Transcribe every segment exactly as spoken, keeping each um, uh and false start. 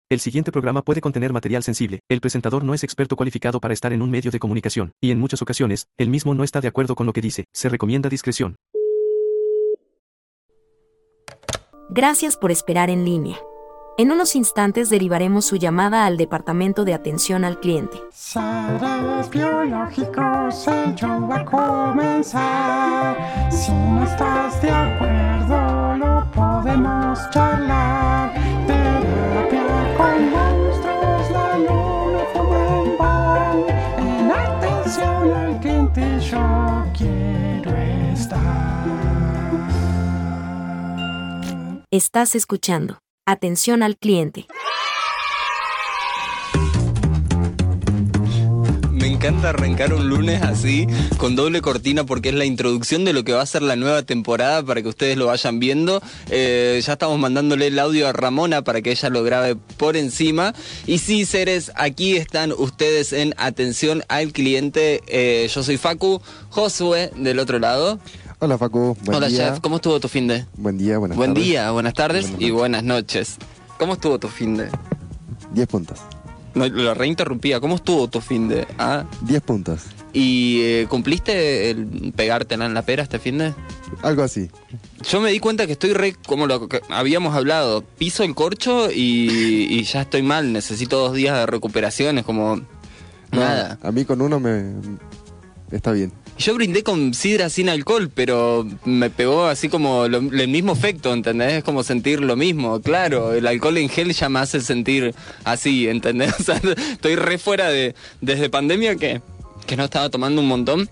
El siguiente programa puede contener material sensible. El presentador no es experto cualificado para estar en un medio de comunicación, y en muchas ocasiones, él mismo no está de acuerdo con lo que dice. Se recomienda discreción. Gracias por esperar en línea. En unos instantes derivaremos su llamada al Departamento de Atención al Cliente. Seres biológicos, el show va a comenzar. Si no estás de acuerdo, lo podemos charlar. Terapia con monstruos, la luna forma en van. En atención al cliente yo quiero estar. Estás escuchando Atención al Cliente. Me encanta arrancar un lunes así, con doble cortina, porque es la introducción de lo que va a ser la nueva temporada, para que ustedes lo vayan viendo. Eh, ya estamos mandándole el audio a Ramona para que ella lo grabe por encima. Y sí, seres, aquí están ustedes en Atención al Cliente. Eh, yo soy Facu, Josué del otro lado. Hola Facu, buen Hola día. chef, ¿cómo estuvo tu finde? Buen día, buenas Buen tardes. día, buenas tardes Buenas y noches. buenas noches. ¿Cómo estuvo tu finde? diez puntos. No, lo reinterrumpía, ¿cómo estuvo tu finde? ¿Ah? diez puntos. ¿Y eh, cumpliste el pegártela en la pera este finde? Algo así. Yo me di cuenta que estoy re, como lo que habíamos hablado, piso el corcho y, y ya estoy mal, necesito dos días de recuperación, es como No, nada. A mí con uno me está bien. Yo brindé con sidra sin alcohol, pero me pegó así como lo- el mismo efecto, ¿entendés? Es como sentir lo mismo, claro, el alcohol en gel ya me hace sentir así, ¿entendés? O sea, estoy re fuera de, desde pandemia que, que no estaba tomando un montón.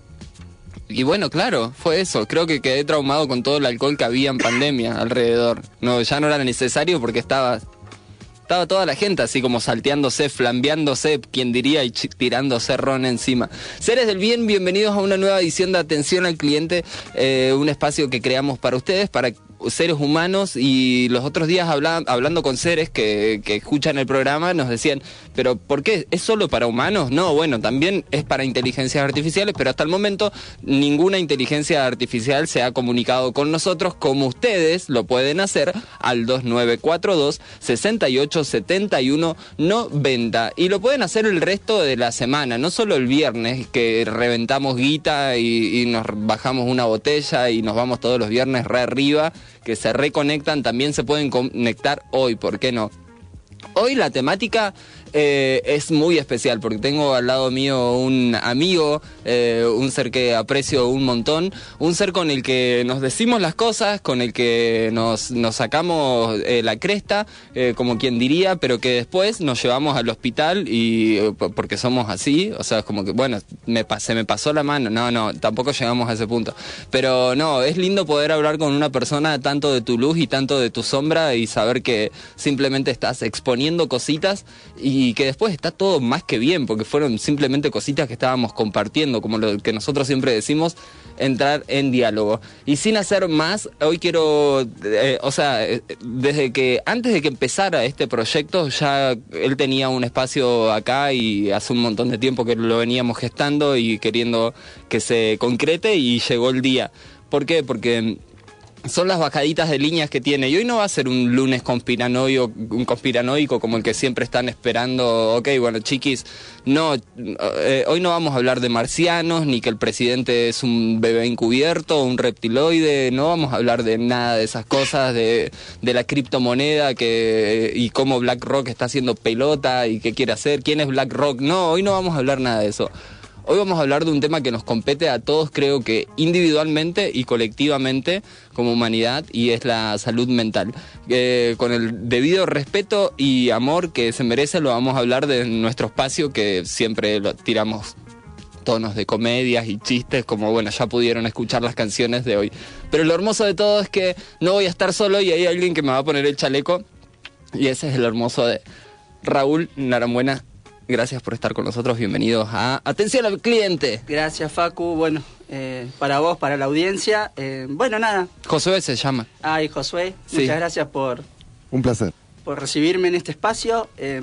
Y bueno, claro, fue eso. Creo que quedé traumado con todo el alcohol que había en pandemia alrededor. No, ya no era necesario porque estaba, estaba toda la gente así como salteándose, flambeándose, quien diría, y chi- tirándose ron encima. Seres del bien, bienvenidos a una nueva edición de Atención al Cliente, eh, un espacio que creamos para ustedes, para seres humanos, y los otros días habla- hablando con seres que, que escuchan el programa nos decían, pero ¿por qué? ¿Es solo para humanos? No, bueno, también es para inteligencias artificiales, pero hasta el momento ninguna inteligencia artificial se ha comunicado con nosotros como ustedes lo pueden hacer al dos nueve cuatro dos, seis ocho siete uno, nueve cero, y lo pueden hacer el resto de la semana, no solo el viernes que reventamos guita y, y nos bajamos una botella y nos vamos todos los viernes re arriba, que se reconectan, también se pueden conectar hoy, ¿por qué no? Hoy la temática eh, es muy especial porque tengo al lado mío un amigo, eh, un ser que aprecio un montón, un ser con el que nos decimos las cosas, con el que nos, nos sacamos eh, la cresta, eh, como quien diría, pero que después nos llevamos al hospital y eh, porque somos así, o sea, es como que, bueno, me, pa- se me pasó la mano, no, no, tampoco llegamos a ese punto, pero no, es lindo poder hablar con una persona tanto de tu luz y tanto de tu sombra y saber que simplemente estás exponiendo cositas y que después está todo más que bien, porque fueron simplemente cositas que estábamos compartiendo, como lo que nosotros siempre decimos, entrar en diálogo. Y sin hacer más, hoy quiero, eh, o sea, eh, desde que, antes de que empezara este proyecto, ya él tenía un espacio acá y hace un montón de tiempo que lo veníamos gestando y queriendo que se concrete, y llegó el día. ¿Por qué? Porque son las bajaditas de líneas que tiene. Y hoy no va a ser un lunes conspiranoico, un conspiranoico como el que siempre están esperando. Ok, bueno, chiquis, no, eh, hoy no vamos a hablar de marcianos, ni que el presidente es un bebé encubierto, un reptiloide. No vamos a hablar de nada de esas cosas, de, de la criptomoneda que, y cómo BlackRock está haciendo pelota y qué quiere hacer, quién es BlackRock. No, hoy no vamos a hablar nada de eso. Hoy vamos a hablar de un tema que nos compete a todos, creo que individualmente y colectivamente como humanidad, y es la salud mental. Eh, con el debido respeto y amor que se merece, lo vamos a hablar de nuestro espacio, que siempre lo tiramos tonos de comedias y chistes, como bueno, ya pudieron escuchar las canciones de hoy. Pero lo hermoso de todo es que no voy a estar solo y hay alguien que me va a poner el chaleco, y ese es el hermoso de Raúl Narambuena. Gracias por estar con nosotros, bienvenidos a Atención al Cliente. Gracias, Facu. Bueno, eh, para vos, para la audiencia. Eh, bueno, nada. Josué se llama. Ay, Josué, Sí. muchas gracias por, Un placer. por recibirme en este espacio. Eh,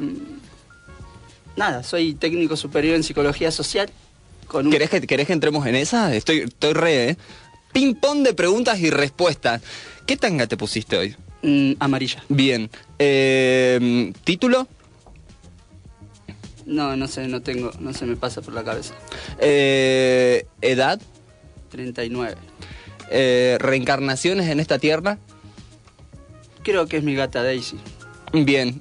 nada, soy técnico superior en psicología social. Con un... ¿Querés que, ¿Querés que entremos en esa? Estoy, estoy re, ¿eh? Ping pong de preguntas y respuestas. ¿Qué tanga te pusiste hoy? Mm, amarilla. Bien. Eh, ¿Título? No, no sé, no tengo, no se me pasa por la cabeza. Eh, ¿Edad? treinta y nueve. Eh, ¿Reencarnaciones en esta tierra? Creo que es mi gata Daisy. Bien.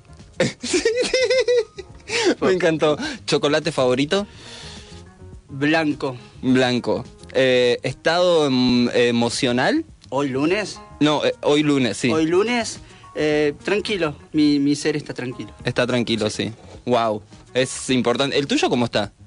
Me encantó. ¿Chocolate favorito? Blanco. Blanco. Eh, ¿Estado em, emocional? ¿Hoy lunes? No, eh, hoy lunes, sí. Hoy lunes, eh, tranquilo. Mi, mi ser está tranquilo. Está tranquilo, sí. Wow. Es importante. ¿El tuyo cómo está?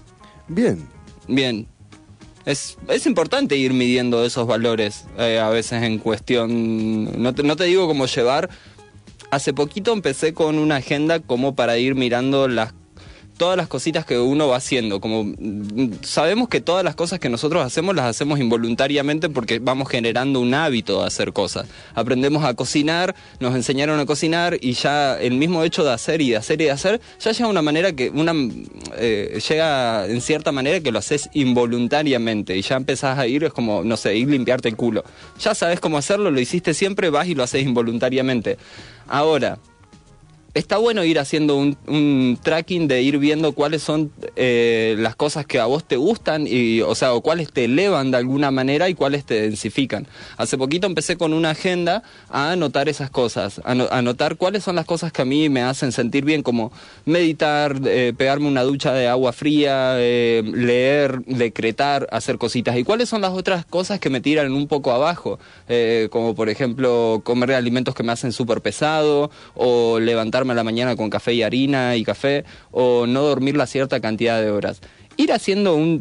Bien. Bien. Es, es importante ir midiendo esos valores, eh, a veces en cuestión, no te, no te digo cómo llevar. Hace poquito empecé con una agenda como para ir mirando las todas las cositas que uno va haciendo. Como mm, sabemos que todas las cosas que nosotros hacemos las hacemos involuntariamente porque vamos generando un hábito de hacer cosas. Aprendemos a cocinar, nos enseñaron a cocinar y ya el mismo hecho de hacer y de hacer y de hacer ya llega una manera que una eh, llega en cierta manera que lo haces involuntariamente y ya empezás a ir, es como, no sé, ir limpiarte el culo. Ya sabes cómo hacerlo, lo hiciste siempre, vas y lo haces involuntariamente. Ahora, está bueno ir haciendo un, un tracking de ir viendo cuáles son eh, las cosas que a vos te gustan, y, o sea, o cuáles te elevan de alguna manera y cuáles te densifican. Hace poquito empecé con una agenda a anotar esas cosas, a no, anotar cuáles son las cosas que a mí me hacen sentir bien, como meditar, eh, pegarme una ducha de agua fría, eh, leer, decretar, hacer cositas. Y cuáles son las otras cosas que me tiran un poco abajo, eh, como por ejemplo comer alimentos que me hacen súper pesado, o levantarme a la mañana con café y harina y café, o no dormir la cierta cantidad de horas. Ir haciendo un,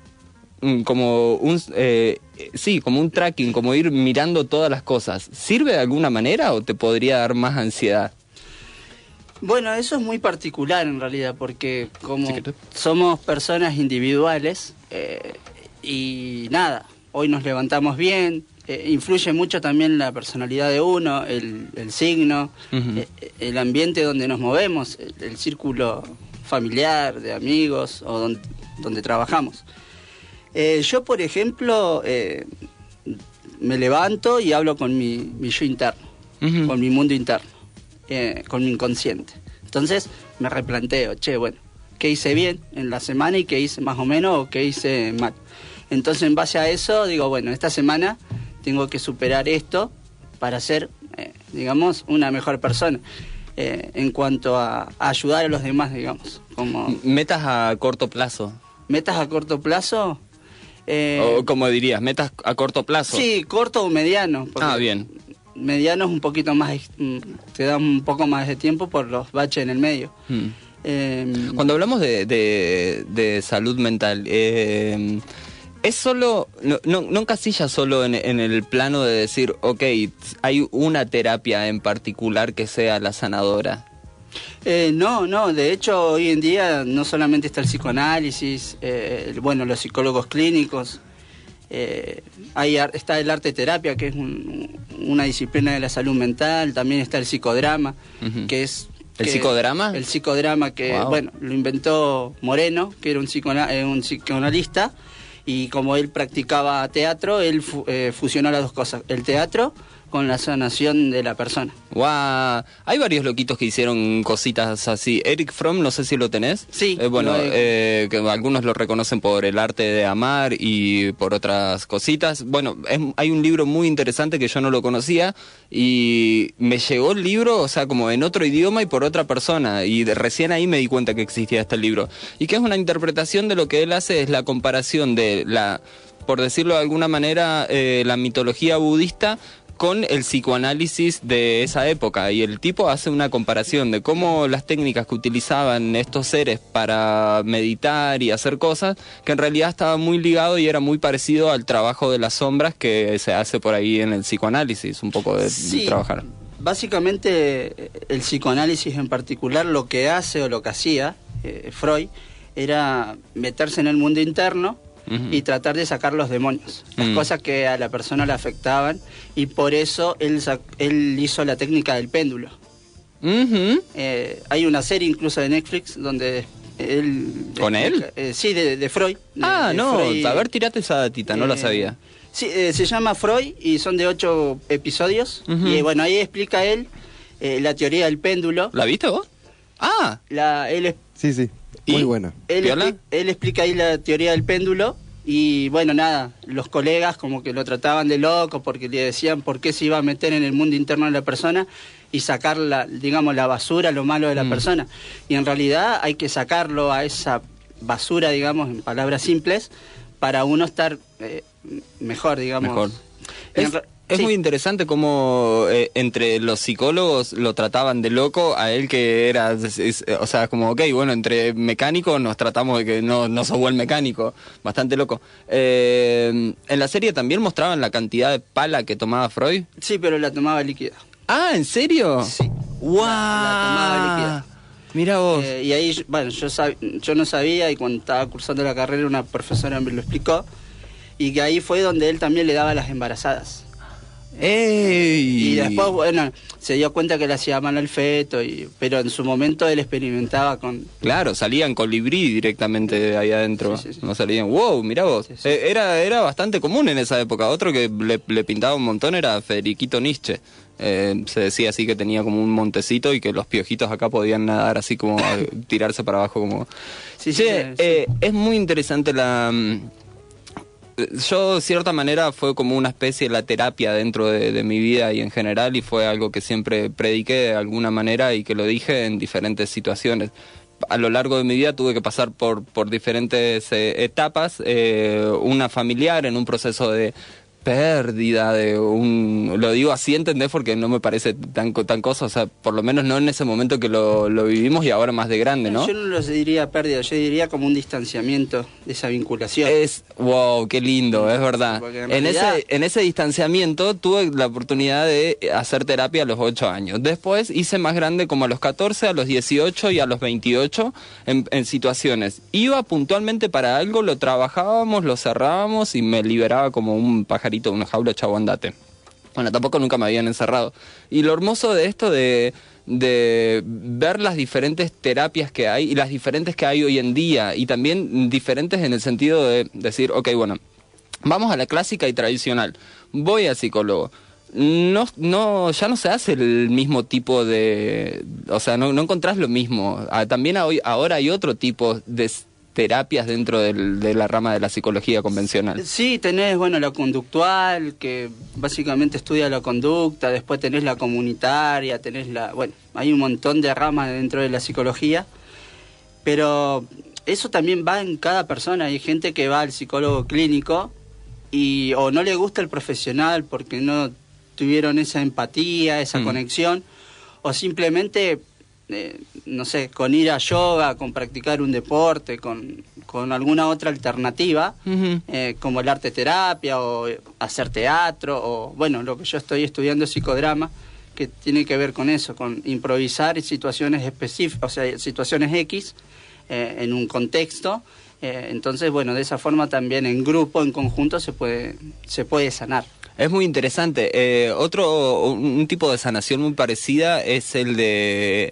un como un eh, sí, como un tracking, como ir mirando todas las cosas. ¿Sirve de alguna manera o te podría dar más ansiedad? Bueno, eso es muy particular en realidad, porque como Sí, somos personas individuales, eh, y nada, hoy nos levantamos bien. Eh, influye mucho también la personalidad de uno, el, el signo, Uh-huh. eh, el ambiente donde nos movemos, el, el círculo familiar, de amigos o donde, donde trabajamos. Eh, yo, por ejemplo, eh, me levanto y hablo con mi, mi yo interno, Uh-huh. con mi mundo interno, eh, con mi inconsciente. Entonces me replanteo, che, bueno, ¿qué hice bien en la semana y qué hice más o menos o qué hice mal? Entonces, en base a eso, digo, bueno, esta semana tengo que superar esto para ser, eh, digamos, una mejor persona. Eh, en cuanto a, a ayudar a los demás, digamos. Como Metas a corto plazo. metas a corto plazo. Eh, O como dirías, metas a corto plazo. sí, corto o mediano. porque Ah, bien. Mediano es un poquito más, mm, te da un poco más de tiempo por los baches en el medio. Hmm. Eh, Cuando hablamos de, de, de salud mental, eh, es solo, no, no, no encasilla solo en, en el plano de decir, ok, hay una terapia en particular que sea la sanadora. Eh, no, no, de hecho hoy en día no solamente está el psicoanálisis, eh, bueno, los psicólogos clínicos, eh, hay, ar- está el arte terapia, que es un- una disciplina de la salud mental, también está el psicodrama, Ujú. que es... ¿El que- psicodrama? El psicodrama que, Wow. bueno, lo inventó Moreno, que era un, psicoana- eh, un psicoanalista, y como él practicaba teatro, él fu- eh, fusionó las dos cosas, el teatro con la sanación de la persona. Guau, hay varios loquitos que hicieron cositas así. Eric Fromm, no sé si lo tenés. Sí, Eh, bueno, lo he- eh, que algunos lo reconocen por el arte de amar y por otras cositas. Bueno, es- hay un libro muy interesante que yo no lo conocía y me llegó el libro, o sea, como en otro idioma y por otra persona. Y de- recién ahí me di cuenta que existía este libro. Y que es una interpretación de lo que él hace, es la comparación de la, por decirlo de alguna manera, eh, la mitología budista con el psicoanálisis de esa época, y el tipo hace una comparación de cómo las técnicas que utilizaban estos seres para meditar y hacer cosas, que en realidad estaba muy ligado y era muy parecido al trabajo de las sombras que se hace por ahí en el psicoanálisis, un poco de, de Sí, trabajar. básicamente eh, el psicoanálisis en particular lo que hace o lo que hacía eh, Freud era meterse en el mundo interno Ujú. y tratar de sacar los demonios, las Mm. cosas que a la persona le afectaban, y por eso él, sac- él hizo la técnica del péndulo. Ujú. Eh, hay una serie incluso de Netflix donde él... ¿Con él? Eh, sí, de, de Freud. de- Ah, de no, Freud. a ver, tirate esa datita, no la Eh, sabía. Sí, eh, se llama Freud y son de ocho episodios. Ujú. Y bueno, ahí explica él eh, la teoría del péndulo. ¿La viste vos? Ah, La, él es- Sí, sí. ¿Y? Muy buena. Él, ¿Piola? expli- él explica ahí la teoría del péndulo y bueno, nada, los colegas como que lo trataban de loco porque le decían por qué se iba a meter en el mundo interno de la persona y sacar, la, digamos, la basura, lo malo de la Mm. persona. Y en realidad hay que sacarlo a esa basura, digamos, en palabras simples, para uno estar eh, mejor, digamos. Mejor. Y en Es, re- es sí. muy interesante cómo eh, entre los psicólogos lo trataban de loco, a él que era, es- es- o sea, como, ok, bueno, entre mecánicos nos tratamos de que no, no sos buen mecánico, bastante loco. Eh, en la serie también mostraban la cantidad de pala que tomaba Freud. Sí, pero la tomaba líquida. Ah, ¿en serio? Sí. ¡Wow! La- la tomaba líquida. Mira vos. Eh, y ahí, bueno, yo, sab- yo no sabía y cuando estaba cursando la carrera una profesora me lo explicó y que ahí fue donde él también le daba a las embarazadas. ¡Ey! Y después, bueno, se dio cuenta que le hacía mal al feto, y, pero en su momento él experimentaba con... Claro, salían colibrí directamente de ahí adentro. Sí, sí, sí. No salían. ¡Wow! Mirá vos. Sí, sí. Eh, era, era bastante común en esa época. Otro que le, le pintaba un montón era Federiquito Nietzsche. Eh, se decía así que tenía como un montecito y que los piojitos acá podían nadar así como a tirarse para abajo como... Sí, sí, Che, sí, sí. eh, es muy interesante la... mm, Yo, de cierta manera, fue como una especie de la terapia dentro de, de mi vida y en general, y fue algo que siempre prediqué de alguna manera y que lo dije en diferentes situaciones. A lo largo de mi vida tuve que pasar por, por diferentes eh, etapas, eh, una familiar en un proceso de pérdida de un... Lo digo así, ¿entendés? Porque no me parece tan, co- tan cosa, o sea, por lo menos no en ese momento que lo, lo vivimos y ahora más de grande, ¿no? Yo no lo diría pérdida, yo diría como un distanciamiento de esa vinculación. Es, wow, qué lindo, es verdad. Porque en En realidad- ese, en ese distanciamiento tuve la oportunidad de hacer terapia a los ocho años. Después hice más grande como a los catorce, a los dieciocho y a los veintiocho en, en situaciones. Iba puntualmente para algo, lo trabajábamos, lo cerrábamos y me liberaba como un pajarito de una jaula, chavo, andate. Bueno, tampoco nunca me habían encerrado. Y lo hermoso de esto de, de ver las diferentes terapias que hay y las diferentes que hay hoy en día, y también diferentes en el sentido de decir, ok, bueno, vamos a la clásica y tradicional, voy al psicólogo. No, no, ya no se hace el mismo tipo de, o sea, no, no encontrás lo mismo. Ah, también hoy, ahora hay otro tipo de s- terapias dentro del- de la rama de la psicología convencional. Sí, tenés, bueno, la conductual, que básicamente estudia la conducta, después tenés la comunitaria, tenés la... Bueno, hay un montón de ramas dentro de la psicología, pero eso también va en cada persona. Hay gente que va al psicólogo clínico y o no le gusta el profesional porque no tuvieron esa empatía, esa Mm. conexión, o simplemente... Eh, no sé, con ir a yoga, con practicar un deporte, con, con alguna otra alternativa, Ujú. eh, como el arte terapia o eh, hacer teatro, o bueno, lo que yo estoy estudiando es psicodrama, que tiene que ver con eso, con improvisar en situaciones específicas, o sea, situaciones X eh, en un contexto. Eh, entonces, bueno, de esa forma también en grupo, en conjunto, se puede, se puede sanar. Es muy interesante. Eh, otro, un, un tipo de sanación muy parecida es el de...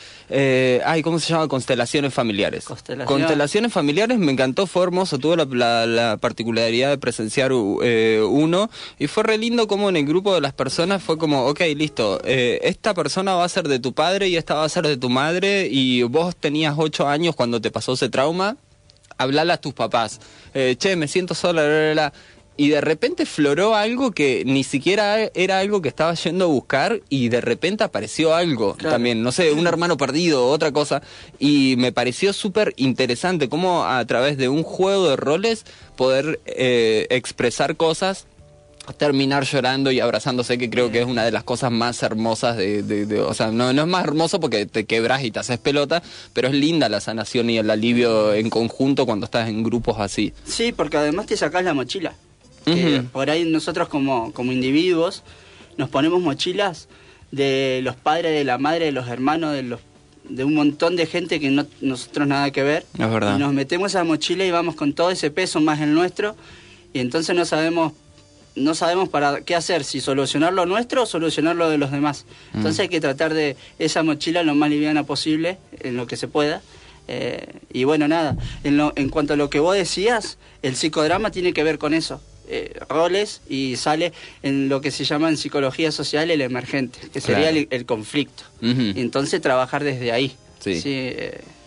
Eh, ay, ¿cómo se llama? Constelaciones familiares. Constelación. Constelaciones familiares me encantó, fue hermoso, tuve la, la, la particularidad de presenciar eh, uno y fue re lindo como en el grupo de las personas fue como, ok, listo, eh, esta persona va a ser de tu padre y esta va a ser de tu madre y vos tenías ocho años cuando te pasó ese trauma, hablale a tus papás, eh, che, me siento sola, bla, bla, bla. Y de repente floró algo que ni siquiera era algo que estaba yendo a buscar y de repente apareció algo Claro. también, no sé, un hermano perdido, otra cosa. Y me pareció súper interesante cómo a través de un juego de roles poder eh, expresar cosas, terminar llorando y abrazándose, que creo que es una de las cosas más hermosas de... de- de- o sea, no, no es más hermoso porque te quebras y te haces pelota, pero es linda la sanación y el alivio en conjunto cuando estás en grupos así. Sí, porque además te sacás la mochila. Que Ujú. por ahí nosotros como, como individuos nos ponemos mochilas de los padres, de la madre, de los hermanos, de los de un montón de gente que no nosotros nada que ver. Es verdad. Y nos metemos esa mochila y vamos con todo ese peso más el nuestro y entonces no sabemos no sabemos para qué hacer, si solucionar lo nuestro o solucionar lo de los demás. Entonces hay que tratar de esa mochila lo más liviana posible, en lo que se pueda. Eh, y bueno, nada, en, lo, en cuanto a lo que vos decías, el psicodrama tiene que ver con eso. Eh, roles y sale en lo que se llama en psicología social el emergente, que sería Claro. el, el conflicto. Ujú. Y entonces trabajar desde ahí. Sí. eh,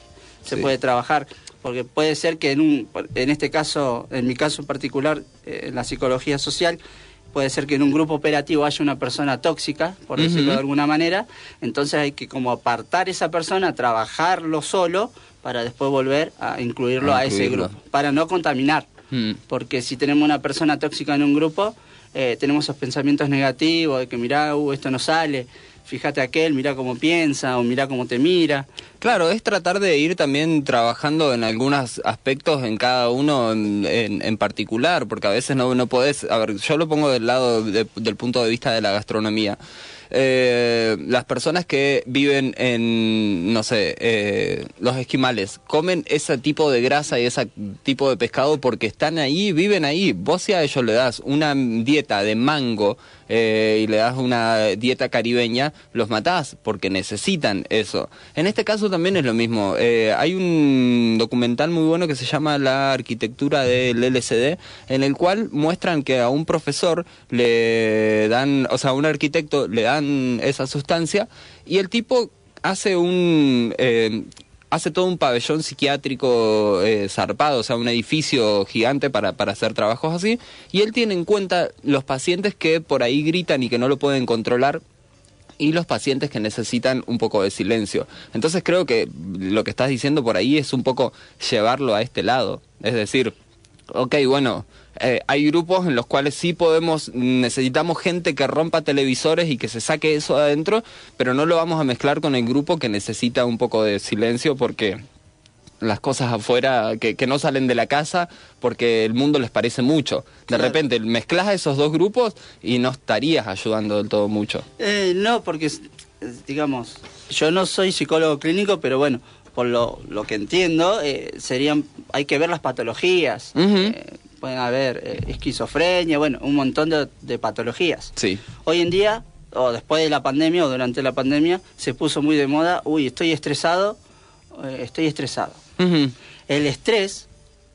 se Sí. puede trabajar, porque puede ser que en un, en este caso, en mi caso en particular, eh, en la psicología social, puede ser que en un grupo operativo haya una persona tóxica, por decirlo Ujú. de alguna manera, entonces hay que como apartar esa persona, trabajarlo solo, para después volver a incluirlo A a, ese incluirlo. grupo, para no contaminar, Mm. porque si tenemos una persona tóxica en un grupo, eh, tenemos esos pensamientos negativos de que mirá, uh, esto no sale, fíjate aquel, mirá cómo piensa, o mirá cómo te mira. Claro, es tratar de ir también trabajando en algunos aspectos en cada uno en, en- en particular, porque a veces no, no podés, a ver, yo lo pongo del lado de- del punto de vista de la gastronomía. Eh, las personas que viven en, no sé, eh, los esquimales, comen ese tipo de grasa y ese tipo de pescado porque están ahí, viven ahí. Vos si a ellos le das una dieta de mango eh, y le das una dieta caribeña, los matás porque necesitan eso. En este caso también es lo mismo. Eh, hay un documental muy bueno que se llama La arquitectura del L S D, en el cual muestran que a un profesor le dan, o sea, a un arquitecto le dan esa sustancia y el tipo hace un... Eh, hace todo un pabellón psiquiátrico eh, zarpado, o sea, un edificio gigante para, para hacer trabajos así, y él tiene en cuenta los pacientes que por ahí gritan y que no lo pueden controlar, y los pacientes que necesitan un poco de silencio. Entonces creo que lo que estás diciendo por ahí es un poco llevarlo a este lado, es decir, ok, bueno, eh, hay grupos en los cuales sí podemos, necesitamos gente que rompa televisores y que se saque eso de adentro, pero no lo vamos a mezclar con el grupo que necesita un poco de silencio porque las cosas afuera que, que no salen de la casa porque el mundo les parece mucho. De Claro. repente mezclas a esos dos grupos y no estarías ayudando del todo mucho. Eh, no, porque, eh, digamos, yo no soy psicólogo clínico, pero bueno, por lo, lo que entiendo, eh, serían, hay que ver las patologías. Ujú. Eh, pueden haber eh, esquizofrenia, bueno, un montón de, de patologías. Sí. Hoy en día, o después de la pandemia, o durante la pandemia, se puso muy de moda, uy, estoy estresado, eh, estoy estresado. Ujú. El estrés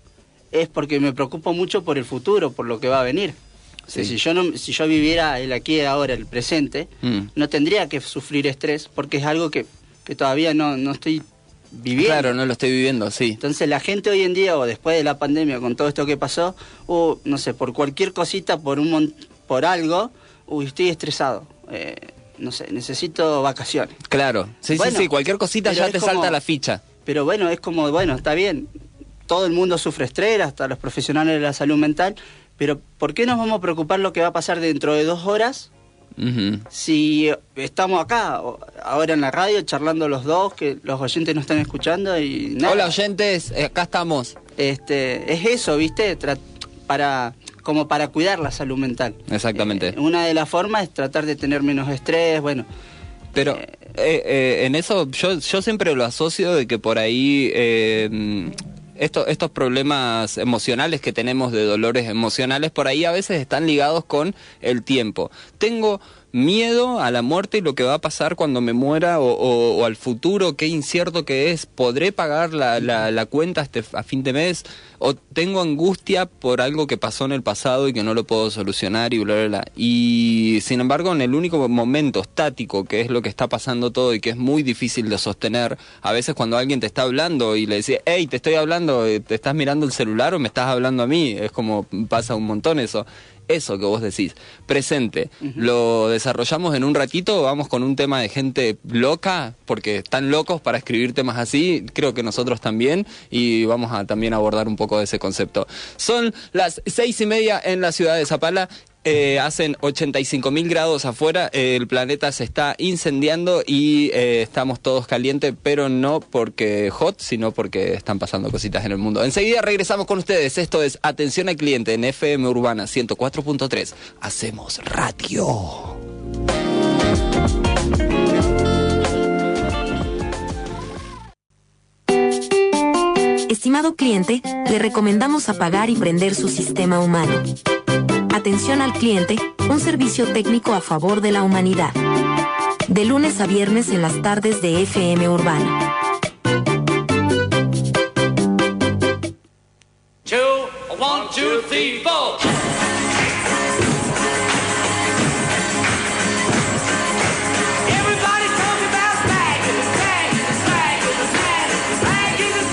es porque me preocupo mucho por el futuro, por lo que va a venir. Sí. Si yo no, si yo viviera el aquí y ahora, el presente, Mm. no tendría que sufrir estrés porque es algo que, que todavía no, no estoy viviendo. Claro, no lo estoy viviendo, sí. Entonces la gente hoy en día, o después de la pandemia, con todo esto que pasó, o no sé, por cualquier cosita, por un mon- por algo, uy, estoy estresado. Eh, no sé, necesito vacaciones. Claro, sí, Bueno, sí, sí, cualquier cosita pero ya es te como- salta la ficha. Pero bueno, es como, bueno, está bien, todo el mundo sufre estrés, hasta los profesionales de la salud mental, pero ¿por qué nos vamos a preocupar lo que va a pasar dentro de dos horas Ujú. si estamos acá, o- ahora en la radio, charlando los dos, que los oyentes nos están escuchando y nada? Hola oyentes, eh, acá estamos. Este, es eso, ¿viste? Tra- para como para cuidar la salud mental. Exactamente. Eh, una de las formas es tratar de tener menos estrés, bueno. Pero eh, eh, eh, en eso yo, yo siempre lo asocio de que por ahí eh, esto- estos problemas emocionales que tenemos de dolores emocionales por ahí a veces están ligados con el tiempo. Tengo miedo a la muerte y lo que va a pasar cuando me muera o, o- o al futuro, qué incierto que es, ¿podré pagar la, la, la cuenta este, a fin de mes? ¿O tengo angustia por algo que pasó en el pasado y que no lo puedo solucionar y bla, bla, bla? Y sin embargo, en el único momento estático, que es lo que está pasando todo y que es muy difícil de sostener, a veces cuando alguien te está hablando y le dice, hey, te estoy hablando, ¿te estás mirando el celular o me estás hablando a mí? Es como pasa un montón eso. Eso que vos decís, presente, lo desarrollamos en un ratito, vamos con un tema de gente loca, porque están locos para escribir temas así, creo que nosotros también, y vamos a también abordar un poco de ese concepto. Son las seis y media en la ciudad de Zapala. Eh, hacen ochenta y cinco mil grados afuera, eh, el planeta se está incendiando y eh, estamos todos calientes, pero no porque hot, sino porque están pasando cositas en el mundo. Enseguida regresamos con ustedes, esto es Atención al Cliente en F M Urbana ciento cuatro punto tres. Hacemos radio. Estimado cliente, le recomendamos apagar y prender su sistema humano. Atención al cliente, un servicio técnico a favor de la humanidad. De lunes a viernes en las tardes de F M Urbana. Two, one, two, three, four. Everybody's talking about swag, swag, swag, swag, swag,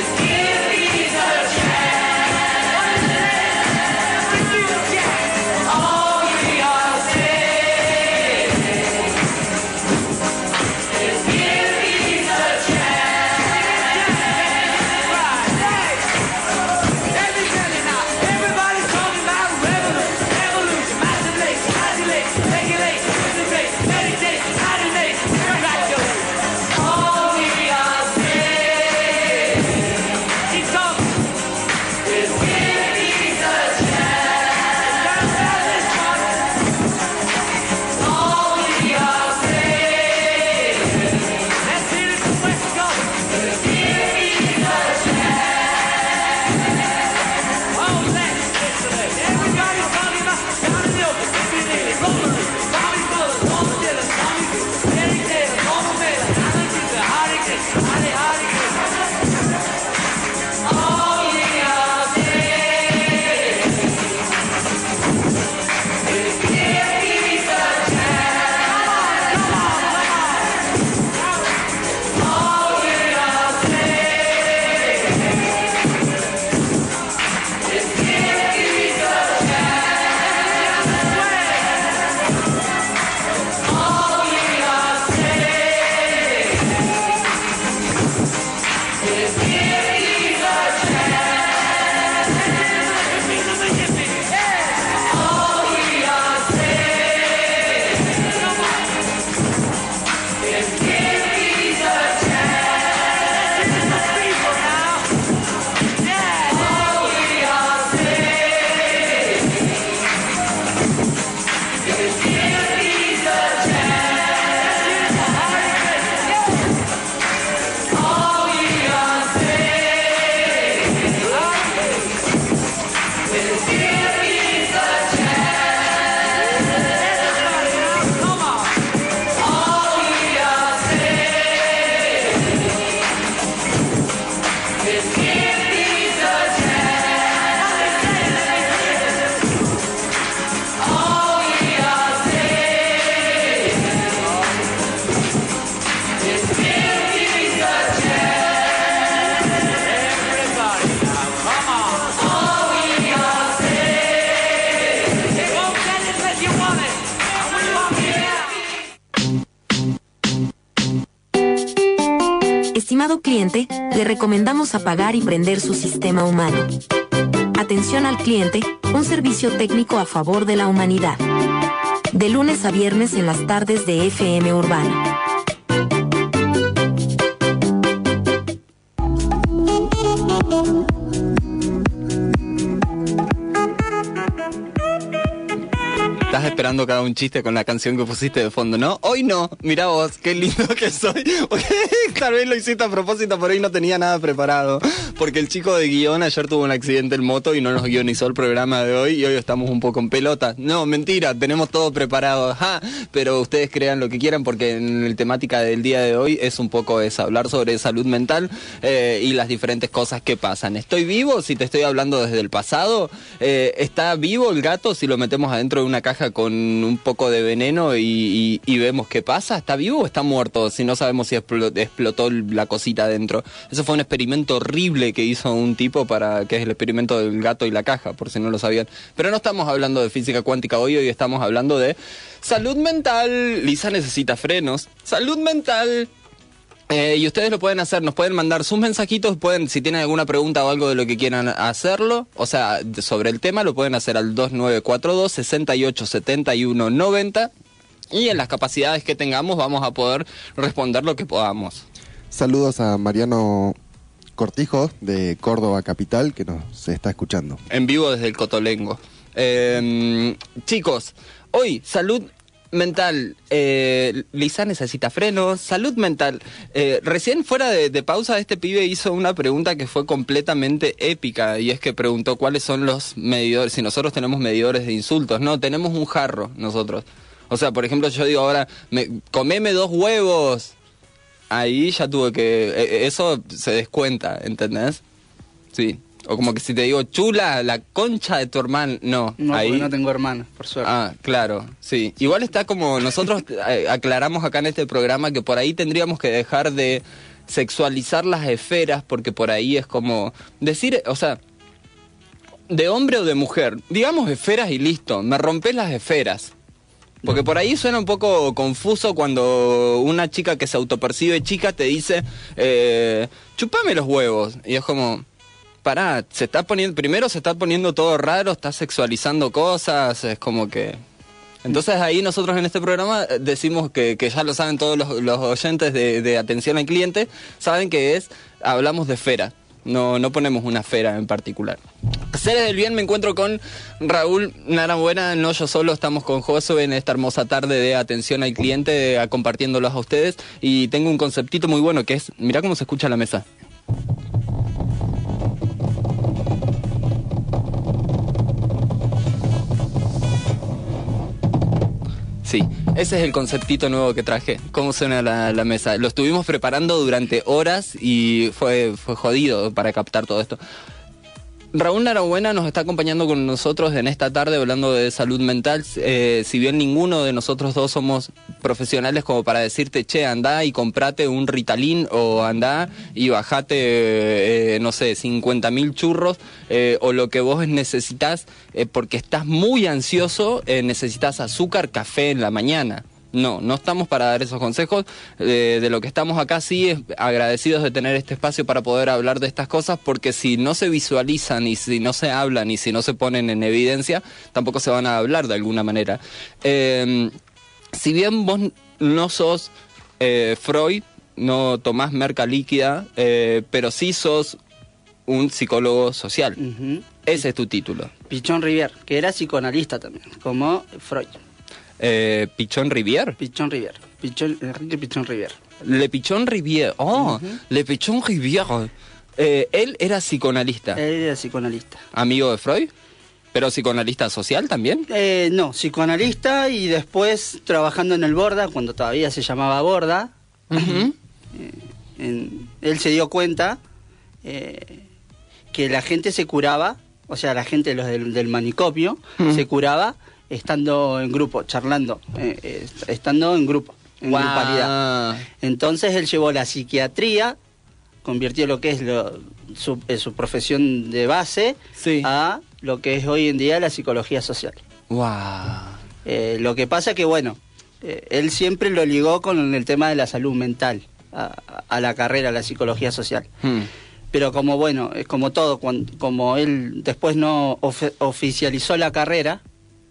Estimado cliente, le recomendamos apagar y prender su sistema humano. Atención al cliente, un servicio técnico a favor de la humanidad. De lunes a viernes en las tardes de F M Urbana. Estás esperando cada un chiste con la canción que pusiste de fondo, ¿no? Hoy no, mirá vos, qué lindo que soy. Tal vez lo hiciste a propósito, pero hoy no tenía nada preparado. Porque el chico de guión ayer tuvo un accidente en moto y no nos guionizó el programa de hoy y hoy estamos un poco en pelota. No, mentira, tenemos todo preparado. Ajá, pero ustedes crean lo que quieran porque en la temática del día de hoy es un poco eso, hablar sobre salud mental eh, y las diferentes cosas que pasan. ¿Estoy vivo? Si te estoy hablando desde el pasado. Eh, ¿Está vivo el gato si lo metemos adentro de una caja con un poco de veneno y, y, y vemos qué pasa? ¿Está vivo o está muerto? Si no sabemos si explotó, explotó la cosita adentro. Eso fue un experimento horrible que hizo un tipo para que es el experimento del gato y la caja, por si no lo sabían. Pero no estamos hablando de física cuántica hoy, hoy estamos hablando de salud mental. Lisa necesita frenos. Salud mental. Eh, y ustedes lo pueden hacer, nos pueden mandar sus mensajitos, pueden, si tienen alguna pregunta o algo de lo que quieran hacerlo, o sea, sobre el tema, lo pueden hacer al dos nueve cuatro dos, seis ocho siete uno nueve cero y en las capacidades que tengamos vamos a poder responder lo que podamos. Saludos a Mariano Cortijo de Córdoba Capital que nos está escuchando. En vivo desde el Cotolengo. Eh, chicos, hoy, salud mental, eh, Lisa necesita frenos, salud mental. Eh, recién fuera de, de pausa este pibe hizo una pregunta que fue completamente épica y es que preguntó cuáles son los medidores, si nosotros tenemos medidores de insultos. No, tenemos un jarro nosotros. O sea, por ejemplo, yo digo ahora, me, comeme dos huevos. Ahí ya tuve que, eh, eso se descuenta, ¿entendés? Sí. O como que si te digo, chula, la concha de tu hermano. No, No, ahí porque no tengo hermanos, por suerte. Ah, claro, sí. Igual está como nosotros eh, aclaramos acá en este programa que por ahí tendríamos que dejar de sexualizar las esferas, porque por ahí es como decir, o sea, de hombre o de mujer, digamos esferas y listo, me rompes las esferas. Porque por ahí suena un poco confuso cuando una chica que se autopercibe chica te dice, eh, chupame los huevos. Y es como, pará, se está poniendo, primero se está poniendo todo raro, está sexualizando cosas, es como que... Entonces ahí nosotros en este programa decimos que, que ya lo saben todos los, los oyentes de, de atención al cliente, saben que es, hablamos de esfera. No, no ponemos una esfera en particular. Seres del Bien, me encuentro con Raúl Norabuena, no yo solo, estamos con Josué en esta hermosa tarde de atención al cliente, eh, compartiéndolos a ustedes, y tengo un conceptito muy bueno que es, mirá cómo se escucha la mesa. Sí, ese es el conceptito nuevo que traje. ¿Cómo suena la, la mesa? Lo estuvimos preparando durante horas y fue, fue jodido para captar todo esto. Raúl Norabuena nos está acompañando con nosotros en esta tarde hablando de salud mental. Eh, si bien ninguno de nosotros dos somos profesionales como para decirte, che, andá y comprate un Ritalin o andá y bajate, eh, no sé, cincuenta mil churros eh, o lo que vos necesitas eh, porque estás muy ansioso, eh, necesitas azúcar, café en la mañana. No, no estamos para dar esos consejos. Eh, de lo que estamos acá sí es agradecidos de tener este espacio para poder hablar de estas cosas, porque si no se visualizan y si no se hablan y si no se ponen en evidencia, tampoco se van a hablar de alguna manera. Eh, si bien vos no sos eh, Freud, no tomás merca líquida, eh, pero sí sos un psicólogo social. Uh-huh. Ese es tu título. Pichón Rivière, que era psicoanalista también, como Freud. Eh, ¿Pichón Rivière? Pichón Rivière. Pichón, Enrique Pichón Rivière. Le Pichón Rivière. Oh, uh-huh. Le Pichón Rivière. Eh, él era psicoanalista. Él era psicoanalista. ¿Amigo de Freud? ¿Pero psicoanalista social también? Eh, no, psicoanalista y después trabajando en el Borda, cuando todavía se llamaba Borda. Uh-huh. eh, en, él se dio cuenta eh, que la gente se curaba, o sea, la gente los del, del manicomio uh-huh. se curaba estando en grupo, charlando, eh, eh, estando en grupo, en wow. grupalidad. Entonces él llevó la psiquiatría, convirtió lo que es lo, su, eh, su profesión de base sí. a lo que es hoy en día la psicología social. Wow. Eh, lo que pasa que, bueno, eh, él siempre lo ligó con el tema de la salud mental, a, a la carrera, a la psicología social. Hmm. Pero como, bueno, es como todo, cuando, como él después no of, oficializó la carrera,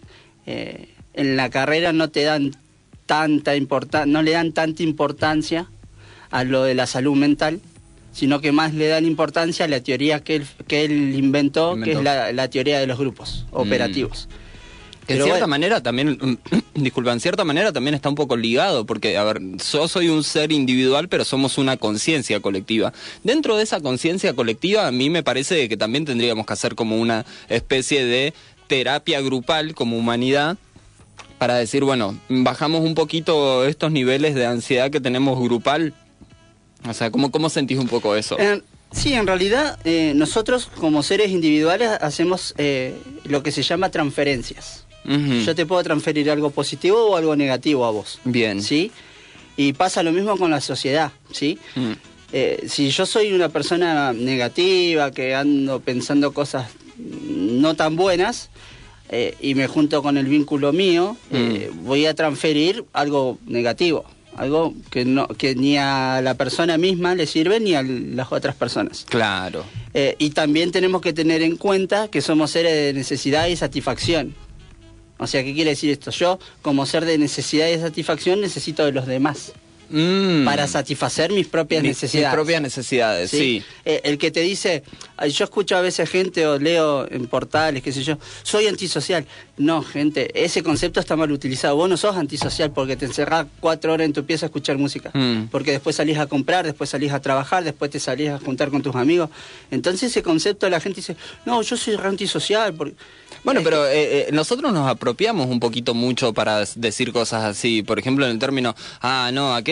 Eh, en la carrera no te dan tanta importancia, no le dan tanta importancia a lo de la salud mental, sino que más le dan importancia a la teoría que él, que él inventó, inventó, que es la, la teoría de los grupos operativos. Mm. Que en cierta bueno, manera también, disculpa, en cierta manera también está un poco ligado, porque, a ver, yo soy un ser individual, pero somos una conciencia colectiva. Dentro de esa conciencia colectiva, a mí me parece que también tendríamos que hacer como una especie de terapia grupal como humanidad para decir, bueno, bajamos un poquito estos niveles de ansiedad que tenemos grupal. O sea, ¿cómo, cómo sentís un poco eso? Eh, sí, en realidad eh, nosotros como seres individuales hacemos eh, lo que se llama transferencias. Uh-huh. Yo te puedo transferir algo positivo o algo negativo a vos. Bien. ¿Sí? Y pasa lo mismo con la sociedad, ¿sí? Uh-huh. Eh, si yo soy una persona negativa, que ando pensando cosas no tan buenas, eh, y me junto con el vínculo mío, mm. eh, voy a transferir algo negativo, algo que no que ni a la persona misma le sirve ni a las otras personas. Claro. Eh, y también tenemos que tener en cuenta que somos seres de necesidad y satisfacción. O sea, ¿qué quiere decir esto? Yo, como ser de necesidad y satisfacción, necesito de los demás. Mm. Para satisfacer mis propias mis, necesidades. Mis propias necesidades, sí. sí. Eh, el que te dice, yo escucho a veces gente o leo en portales, qué sé yo, soy antisocial. No, gente, ese concepto está mal utilizado. Vos no sos antisocial porque te encerrás cuatro horas en tu pieza a escuchar música. Mm. Porque después salís a comprar, después salís a trabajar, después te salís a juntar con tus amigos. Entonces ese concepto la gente dice, no, yo soy antisocial. Porque... Bueno, pero eh, eh, nosotros nos apropiamos un poquito mucho para decir cosas así. Por ejemplo, en el término, ah, no, aquel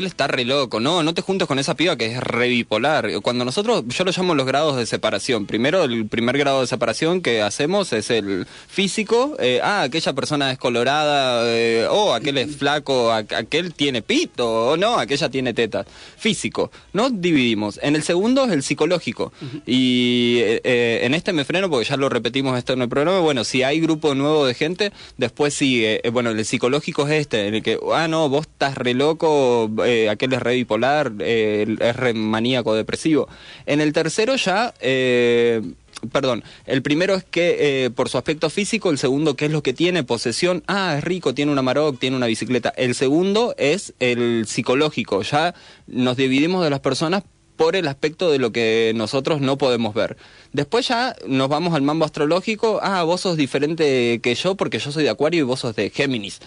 él está re loco, no, no te juntes con esa piba que es re bipolar. Cuando nosotros, yo lo llamo los grados de separación. Primero, el primer grado de separación que hacemos es el físico. Eh, ah, aquella persona es colorada, eh, oh, aquel es flaco, a, aquel tiene pito, o no, aquella tiene tetas. Físico, ¿no? Dividimos. En el segundo es el psicológico. Y eh, eh, en este me freno porque ya lo repetimos esto en el programa. Bueno, si hay grupo nuevo de gente, después sigue, eh, bueno, el psicológico es este, en el que, ah, no, vos estás re loco, eh, aquel es re bipolar, eh, es re maníaco depresivo. En el tercero ya, eh, perdón, el primero es que eh, por su aspecto físico, el segundo, ¿qué es lo que tiene? Posesión, ah, es rico, tiene una Maroc, tiene una bicicleta. El segundo es el psicológico, ya nos dividimos de las personas por el aspecto de lo que nosotros no podemos ver. Después ya nos vamos al mambo astrológico. Ah, vos sos diferente que yo porque yo soy de Acuario y vos sos de Géminis.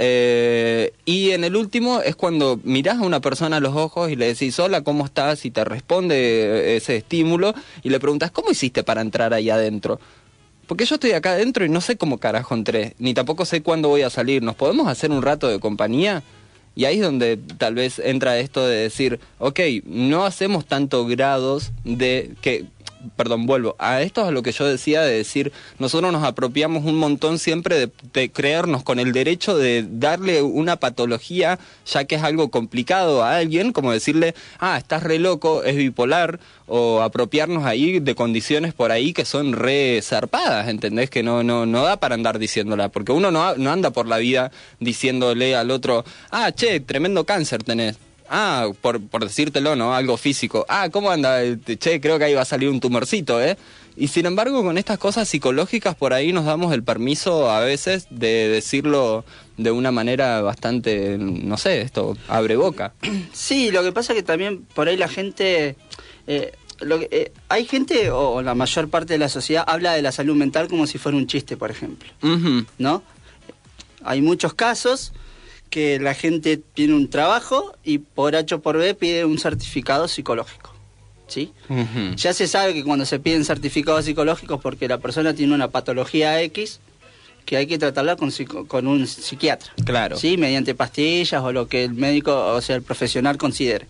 Eh, y en el último es cuando mirás a una persona a los ojos y le decís, hola, ¿cómo estás? Y te responde ese estímulo y le preguntas, ¿cómo hiciste para entrar ahí adentro? Porque yo estoy acá adentro y no sé cómo carajo entré, ni tampoco sé cuándo voy a salir. ¿Nos podemos hacer un rato de compañía? Y ahí es donde tal vez entra esto de decir, ok, no hacemos tantos grados de que, perdón, vuelvo, a esto es a lo que yo decía de decir, nosotros nos apropiamos un montón siempre de, de creernos con el derecho de darle una patología, ya que es algo complicado a alguien, como decirle, ah, estás re loco, es bipolar, o apropiarnos ahí de condiciones por ahí que son re zarpadas, ¿entendés? Que no no no da para andar diciéndola, porque uno no, no anda por la vida diciéndole al otro, ah, che, tremendo cáncer tenés. Ah, por, por decírtelo, ¿no? Algo físico. Ah, ¿cómo anda? Che, creo que ahí va a salir un tumorcito, ¿eh? Y sin embargo, con estas cosas psicológicas por ahí nos damos el permiso a veces de decirlo de una manera bastante, no sé, esto, abre boca. Sí, lo que pasa es que también por ahí la gente... Eh, lo que, eh, hay gente, o la mayor parte de la sociedad, habla de la salud mental como si fuera un chiste, por ejemplo. Uh-huh. ¿No? Hay muchos casos que la gente tiene un trabajo y por H o por B pide un certificado psicológico, ¿sí? Uh-huh. Ya se sabe que cuando se piden certificados psicológicos porque la persona tiene una patología X, que hay que tratarla con, con un psiquiatra. Claro. ¿Sí? Mediante pastillas o lo que el médico, o sea, el profesional considere.